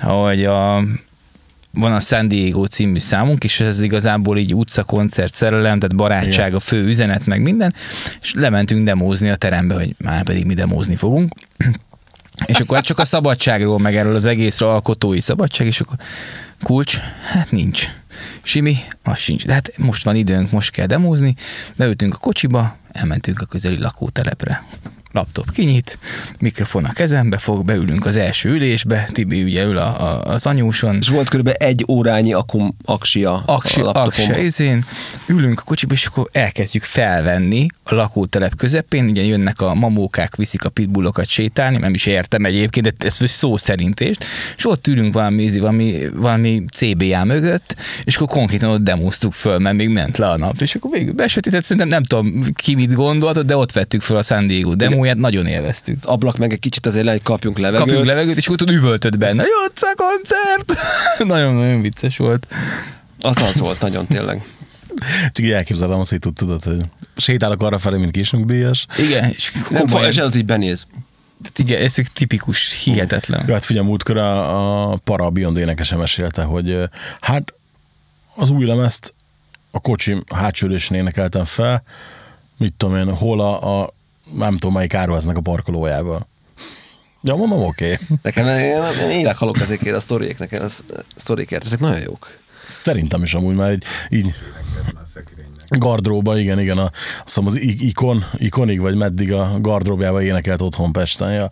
van a San Diego című számunk, és ez igazából így utcakoncert, szerelem, tehát barátság, a fő üzenet, meg minden, és lementünk demózni a terembe, hogy már pedig mi demózni fogunk. És akkor csak a szabadságról, meg erről az egészről, alkotói szabadság, és akkor kulcs, hát nincs. Simi, az sincs. De hát most van időnk, most kell demózni, beültünk a kocsiba, elmentünk a közeli lakótelepre. Laptop kinyit, mikrofon a kezembe fog, beülünk az első ülésbe, Tibi ugye ül az anyóson. És volt körülbelül 1 órányi aksia a laptopon. Ülünk a kocsiba, és akkor elkezdjük felvenni a lakótelep közepén, ugye jönnek a mamókák, viszik a pitbullokat sétálni, nem is értem egyébként, de ez szó szerint is, és ott ülünk valami CBA mögött, és akkor konkrétan ott demóztuk föl, mert még ment le a nap, és akkor végül besötétett, szerintem nem tudom ki mit gondolt, de ott vettük föl a San Diego demóját, nagyon élveztük. Ablak meg egy kicsit azért le, hogy kapjunk levegőt. És akkor üvöltött benne. Jössz a koncert! Nagyon-nagyon vicces volt. Az volt nagyon tényleg. Csak így elképzelem azt, hogy tudod, hogy sétálok arra felé, mint kisnyugdíjas. Igen, és és így benéz. Igen, ez tipikus, hihetetlen. Jó, hát figyelj, múltkor a Para Beyond énekese mesélte, hogy hát az új lemezt a kocsim hátsó ülésén énekeltem fel, mit tudom én, hol a nem tudom, melyik áruháznak a parkolójával. Ja, mondom, oké. Nekem én élek halok ezekért a sztoriek, nekem a sztorikért, ezek nagyon jók. Szerintem is amúgy már így gardróba, igen, azt hiszem az ikonig, vagy meddig a gardróbjába énekelt otthon Pesten. Ja.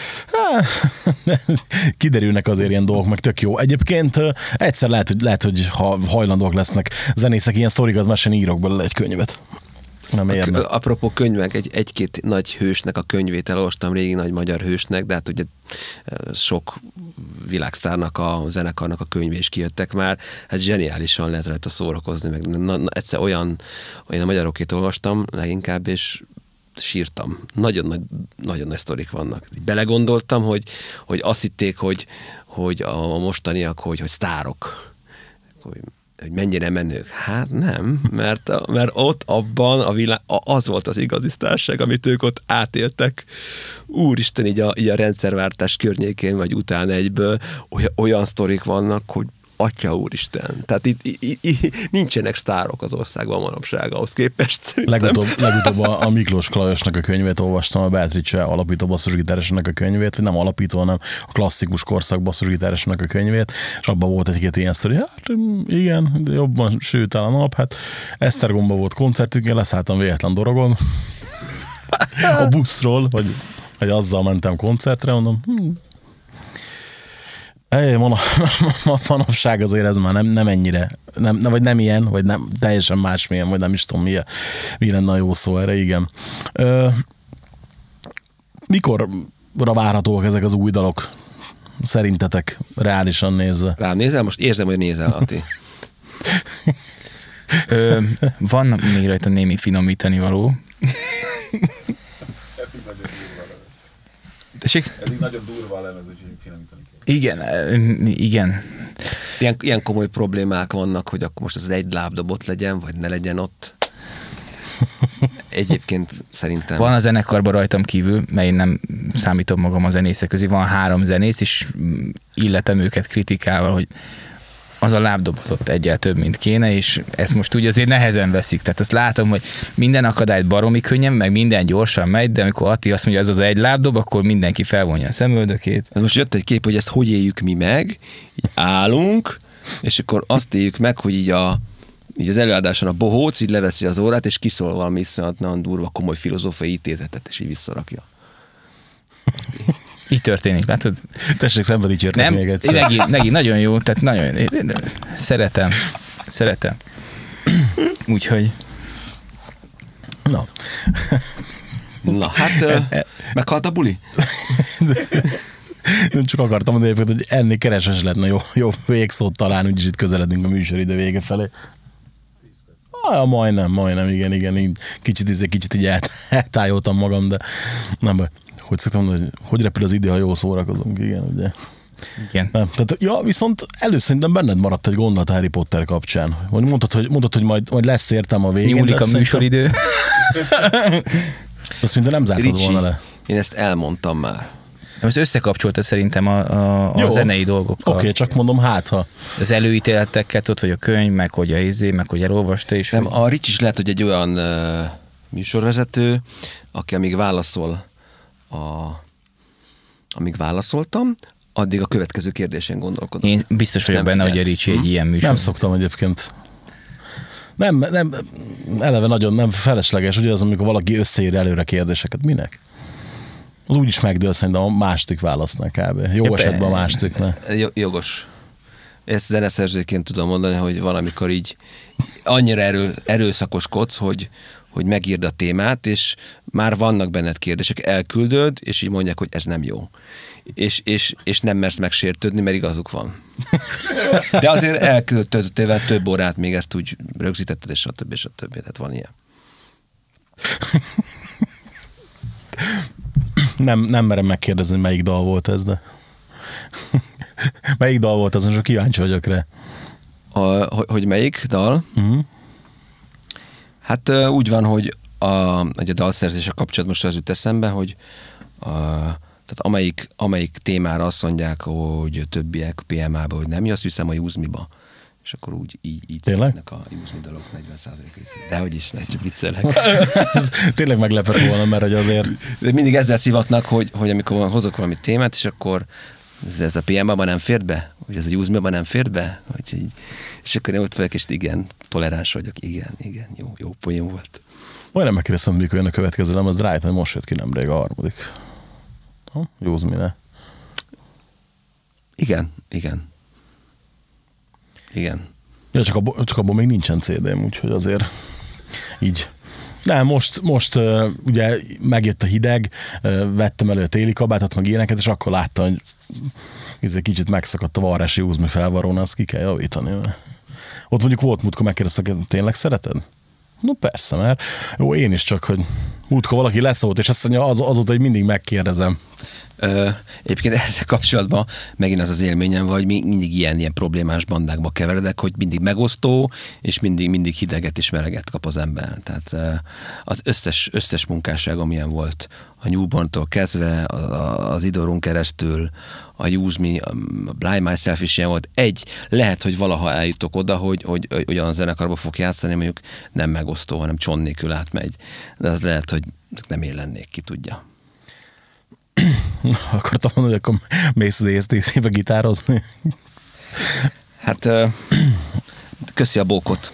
Kiderülnek azért ilyen dolgok, meg tök jó. Egyébként egyszer lehet, hogy ha hajlandóak lesznek zenészek ilyen sztorikat mesélni, írok belőle egy könyvet. Apropó könyvek, egy-két nagy hősnek a könyvét elolvastam, régi nagy magyar hősnek, de hát ugye sok világsztárnak, a zenekarnak a könyvé is kijöttek már, hát zseniálisan lehet rajta szórakozni, meg egyszer olyan a magyarokét olvastam leginkább, és sírtam. Nagyon nagy sztorik vannak. Belegondoltam, hogy azt hitték, hogy a mostaniak, hogy sztárok, hogy mennyire menők. Hát nem, mert ott abban az volt az igazi sztárság, amit ők ott átéltek. Úristen, így a rendszerváltás környékén, vagy utána egyből olyan sztorik vannak, hogy atya úristen. Tehát itt nincsenek sztárok az országban manapság ahhoz képest. Legutóbb a Miklós Klajosnak a könyvét olvastam, a Beatrice alapító basszusgitáresnek a könyvét, vagy nem alapító, hanem a klasszikus korszak basszusgitáresnek a könyvét, és abban volt egy-két ilyen sztori. Hát igen, jobban sőt el a nap, hát Esztergomban volt koncertünk, én leszálltam véletlen dorogon a buszról, vagy azzal mentem koncertre, mondom, manapság azért ez már nem ennyire, vagy nem ilyen, vagy nem teljesen másmilyen, vagy nem is tudom mi lenne a jó szó erre, igen. Mikorra várhatóak ezek az új dalok? Szerintetek, reálisan nézve? Rám nézel? Most érzem, hogy nézel, Ati. Van még rajta némi finomítani való. Ez így nagyon durva a lemez, úgyhogy finomítani kell. Igen. Ilyen komoly problémák vannak, hogy akkor most az egy lábdobot legyen, vagy ne legyen ott. Egyébként szerintem... Van a zenekarban rajtam kívül, mert én nem számítom magam a zenészek közé, van 3 zenész, és illetem őket kritikával, hogy az a lábdobozott egyel több, mint kéne, és ezt most úgy azért nehezen veszik. Tehát azt látom, hogy minden akadályt baromi könnyen, meg minden gyorsan megy, de amikor Atti azt mondja, ez az egy lábdob, akkor mindenki felvonja a szemöldökét. Most jött egy kép, hogy ezt hogy éljük mi meg, így állunk, és akkor azt éljük meg, hogy így az előadáson a bohóc így leveszi az órát, és kiszól valami iszonyatosan durva, komoly filozófiai ítéletet, és így visszarakja. Így történik, látod? Tessék szembe dicsértek még egyszer. Negi, nagyon jó, tehát nagyon szeretem. Úgyhogy... Na, hát meghalt a buli? Nem csak akartam mondani, hogy ennél kereses lehetne jó végszót talán, úgyis itt közeledünk a műsoridő vége felé. Majdnem, igen. Így kicsit így eltájoltam magam, de nem baj. Hogy szoktam mondani, hogy repül az idő, ha jól szórakozunk, igen, ugye. Igen. Nem. Tehát, viszont előbb szerintem benned maradt egy gondolat Harry Potter kapcsán. Mondtad, hogy majd lesz értem a végén. Nyúlik a műsoridő. Azt minden nem zártad volna le. Én ezt elmondtam már. Most összekapcsolta szerintem a zenei dolgokkal. Oké, csak mondom, ha. Az előítéleteket, tudod, hogy a könyv, meg hogy meg hogy elolvasta is. Nem, a Ricsi is lehet, hogy egy olyan műsorvezető, aki amíg válaszoltam, addig a következő kérdésen gondolkodom. Én biztos vagyok benne, hogy a Ricsi egy ilyen műsor. Nem szoktam egyébként. Nem, eleve nagyon nem felesleges, ugye az, amikor valaki összeír előre kérdéseket. Minek? Az úgyis megdől szerintem a második válasznak kb. Jó esetben a másodiknál. Jogos. Ezt zeneszerzőként tudom mondani, hogy valamikor így annyira erőszakoskodsz, hogy megírd a témát, és már vannak benned kérdések, elküldöd, és így mondják, hogy ez nem jó. És nem mersz megsértődni, mert igazuk van. De azért elküldtél több órát, még ezt úgy rögzítetted, és stb. Tehát van ilyen. Nem merem megkérdezni, melyik dal volt ez, de... Melyik dal volt az, most kíváncsi vagyok rá. Hogy melyik dal? Uh-huh. Hát úgy van, hogy a dalszerzése kapcsolat most az jut eszembe, hogy tehát amelyik témára azt mondják, hogy többiek PMA-ba, hogy nem, azt viszem a Use Me-ba. És akkor úgy így születnek a Use Me dalok 40% részét. Dehogy is, nem csak viccelek. Tényleg meglepett volna, mert hogy azért... De mindig ezzel szivatnak, hogy amikor hozok valami témát, és akkor ez a PMA-ban nem fér be? Hogy ez a Use Me-ban nem fér be? És akkor én ott vagyok, és igen, toleráns vagyok. Igen, jó poén volt. Majdnem megkérdeztem, mikor jön a következő lemez, de rájöttem, hogy most jött ki nemrég a harmadik. Use Me-ne. Igen. Ja, csak abban még nincsen CD-m, úgyhogy azért így. De most ugye megjött a hideg, vettem elő a téli kabátot, meg ilyeneket, és akkor láttam, hogy ez egy kicsit megszakadt a varrási Use Me felvarón, azt ki kell javítani. Ott mondjuk volt múltkor, megkérdeztek, tényleg szereted? No persze, mert jó, én is csak, hogy múltkor valaki leszólt, és azt mondja, azóta, hogy mindig megkérdezem. Egyébként ezzel kapcsolatban megint az élményem, hogy mindig ilyen problémás bandákba keveredek, hogy mindig megosztó, és mindig hideget és meleget kap az ember. Tehát az összes munkásságom ilyen volt. A Newborn-tól kezdve, az Idorun keresztül, a Use Me, a Blind Myself is ilyen volt. Lehet, hogy valaha eljutok oda, hogy olyan zenekarba fog játszani, mondjuk nem megosztó, hanem cson nélkül átmegy. De az lehet, hogy nem én lennék, ki tudja. Akartam mondani, hogy akkor mész az ESTC-be gitározni? Hát köszi a bókot.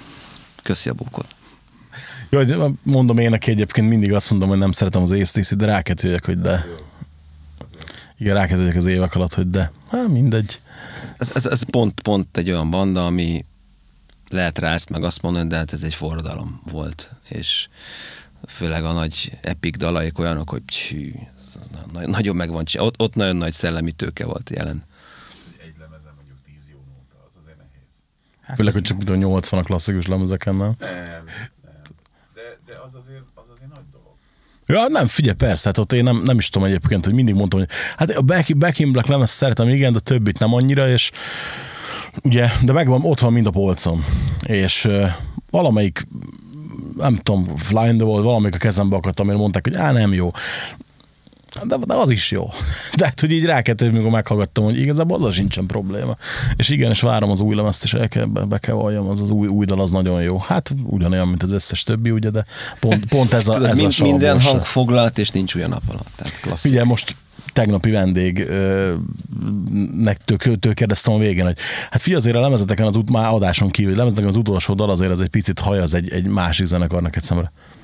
Jó, mondom én neki egyébként mindig azt mondom, hogy nem szeretem az ESTC-t, de ráketőjek, hogy de. Igen, ráketőjek az évek alatt, hogy de. Hát mindegy. Ez pont egy olyan banda, ami lehet rá ezt meg azt mondani, de hát ez egy forradalom volt. És főleg a nagy epic dalaik olyanok, hogy nagyon megvan, ott nagyon nagy szellemi tőke volt jelen. Egy lemezen mondjuk 10 jó nóta, az azért nehéz. Hát főleg, hogy csak 80 a klasszikus lemezeken, nem? Nem. De az azért nagy dolog. Ja, nem, figyelj, persze, hát ott én nem is tudom egyébként, hogy mindig mondtam, hogy hát a Back in Black lemez szeretem, igen, de többit nem annyira, és ugye, de megvan, ott van mind a polcom, és valamelyik, nem tudom, Fly in the Wall, valamelyik a kezembe akadt, amire mondták, hogy nem jó. De az is jó. Tehát, hogy így rákettőbb, mikor meghallgattam, hogy igazából azzal sincsen probléma. És igen, és várom az új lemezt, és be kell valljam, az új dal az nagyon jó. Hát ugyanolyan, mint az összes többi, ugye, de pont ez a savas. Minden hang foglalt, és nincs olyan nap alatt. Tehát klasszik. Ugye most tegnapi vendégtől kérdeztem a végén, hogy hát figyelj, azért a lemezeteken már adáson kívül, lemezeteken az utolsó dal azért az egy picit hajaz egy másik zenekarnak egy szemre.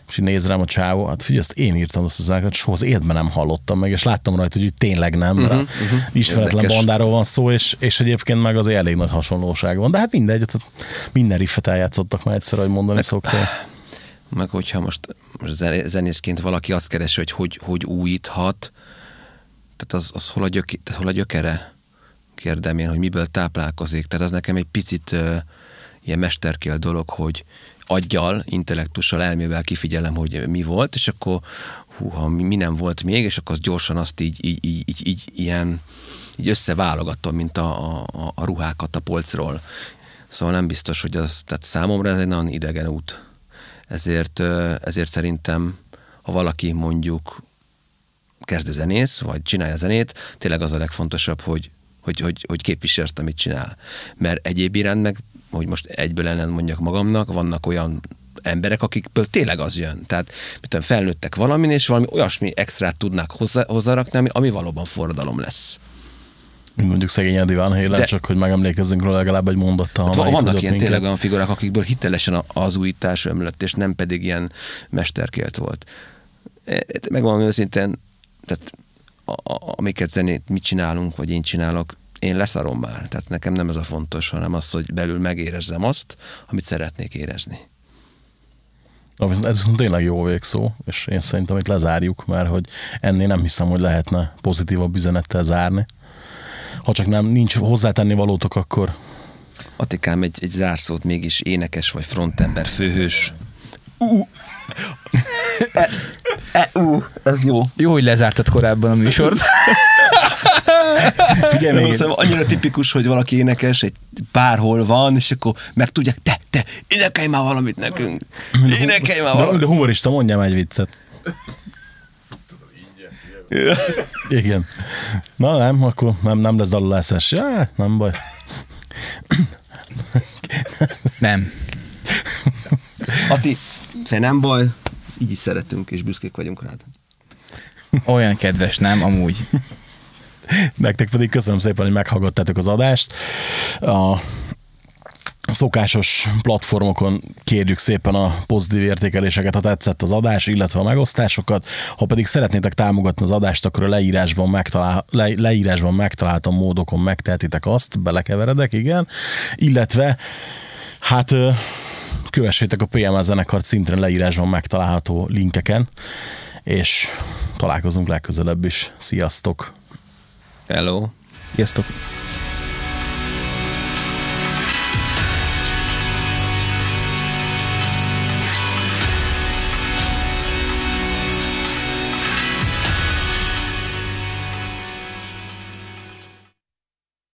és így néz rám a csávó, hát figyelj, ezt én írtam azt az zenekat, soha az életben nem hallottam meg, és láttam rajta, hogy tényleg nem, mert ismeretlen Érdekes. bandáról van szó, és egyébként meg azért elég nagy hasonlóság van. De hát mindegy, minden riffet eljátszottak már egyszer, ahogy mondani szoktam. Meg hogyha most zenészként valaki azt keresi, hogy újíthat, tehát az hol a gyökere? Kérdem én, hogy miből táplálkozik. Tehát az nekem egy picit ilyen mesterkél dolog, hogy aggyal, intellektussal, elmével kifigyelem, hogy mi volt, és akkor húha, mi nem volt még, és akkor gyorsan azt így összeválogatom, mint a ruhákat a polcról. Szóval nem biztos, hogy az, tehát számomra ez egy nagyon idegen út. Ezért szerintem, ha valaki mondjuk kezdőzenész, vagy csinálja zenét, tényleg az a legfontosabb, hogy képvisel azt, amit csinál. Mert egyéb iránt meg, hogy most egyből ellen mondjak magamnak, vannak olyan emberek, akikből tényleg az jön. Tehát felnőttek valamin, és valami olyasmi extrát tudnak hozzárakni, ami valóban forradalom lesz. Mondjuk szegény Eddie Van Halen, csak hogy megemlékezzünk róla legalább egy mondattal. Vannak ilyen tényleg olyan figurák, akikből hitelesen az újítás ömlött, és nem pedig ilyen mesterkélt volt. Megmondom őszintén, tehát amiket zenét mit csinálunk, vagy én csinálok, én leszarom már. Tehát nekem nem ez a fontos, hanem az, hogy belül megérezzem azt, amit szeretnék érezni. Ez viszont tényleg jó végszó, és én szerintem itt lezárjuk, mert hogy ennél nem hiszem, hogy lehetne pozitívabb üzenettel zárni. Ha csak nincs hozzátenni valótok, akkor... Atikám, egy zárszót, mégis énekes vagy frontember, főhős. Ez jó. Jó, hogy lezártad korábban a műsort. Figyelj még. Annyira tipikus, hogy valaki énekes, egy bárhol van, és akkor megtudják, te, énekelj már valamit nekünk. Énekelj már valamit. De humorista, mondjam egy viccet. Igen. Na nem, akkor nem lesz dalolásás. Ja, nem baj. Nem. Ati, nem baj, így is szeretünk, és büszkék vagyunk rád. Olyan kedves, nem? Amúgy. Nektek pedig köszönöm szépen, hogy meghallgattátok az adást. A szokásos platformokon kérjük szépen a pozitív értékeléseket, ha tetszett az adás, illetve a megosztásokat. Ha pedig szeretnétek támogatni az adást, akkor a leírásban megtalálható módokon megtehetitek azt, belekeveredek, igen. Illetve hát kövessétek a PMA zenekart szintén leírásban megtalálható linkeken, és találkozunk legközelebb is. Sziasztok! Hello! Sziasztok!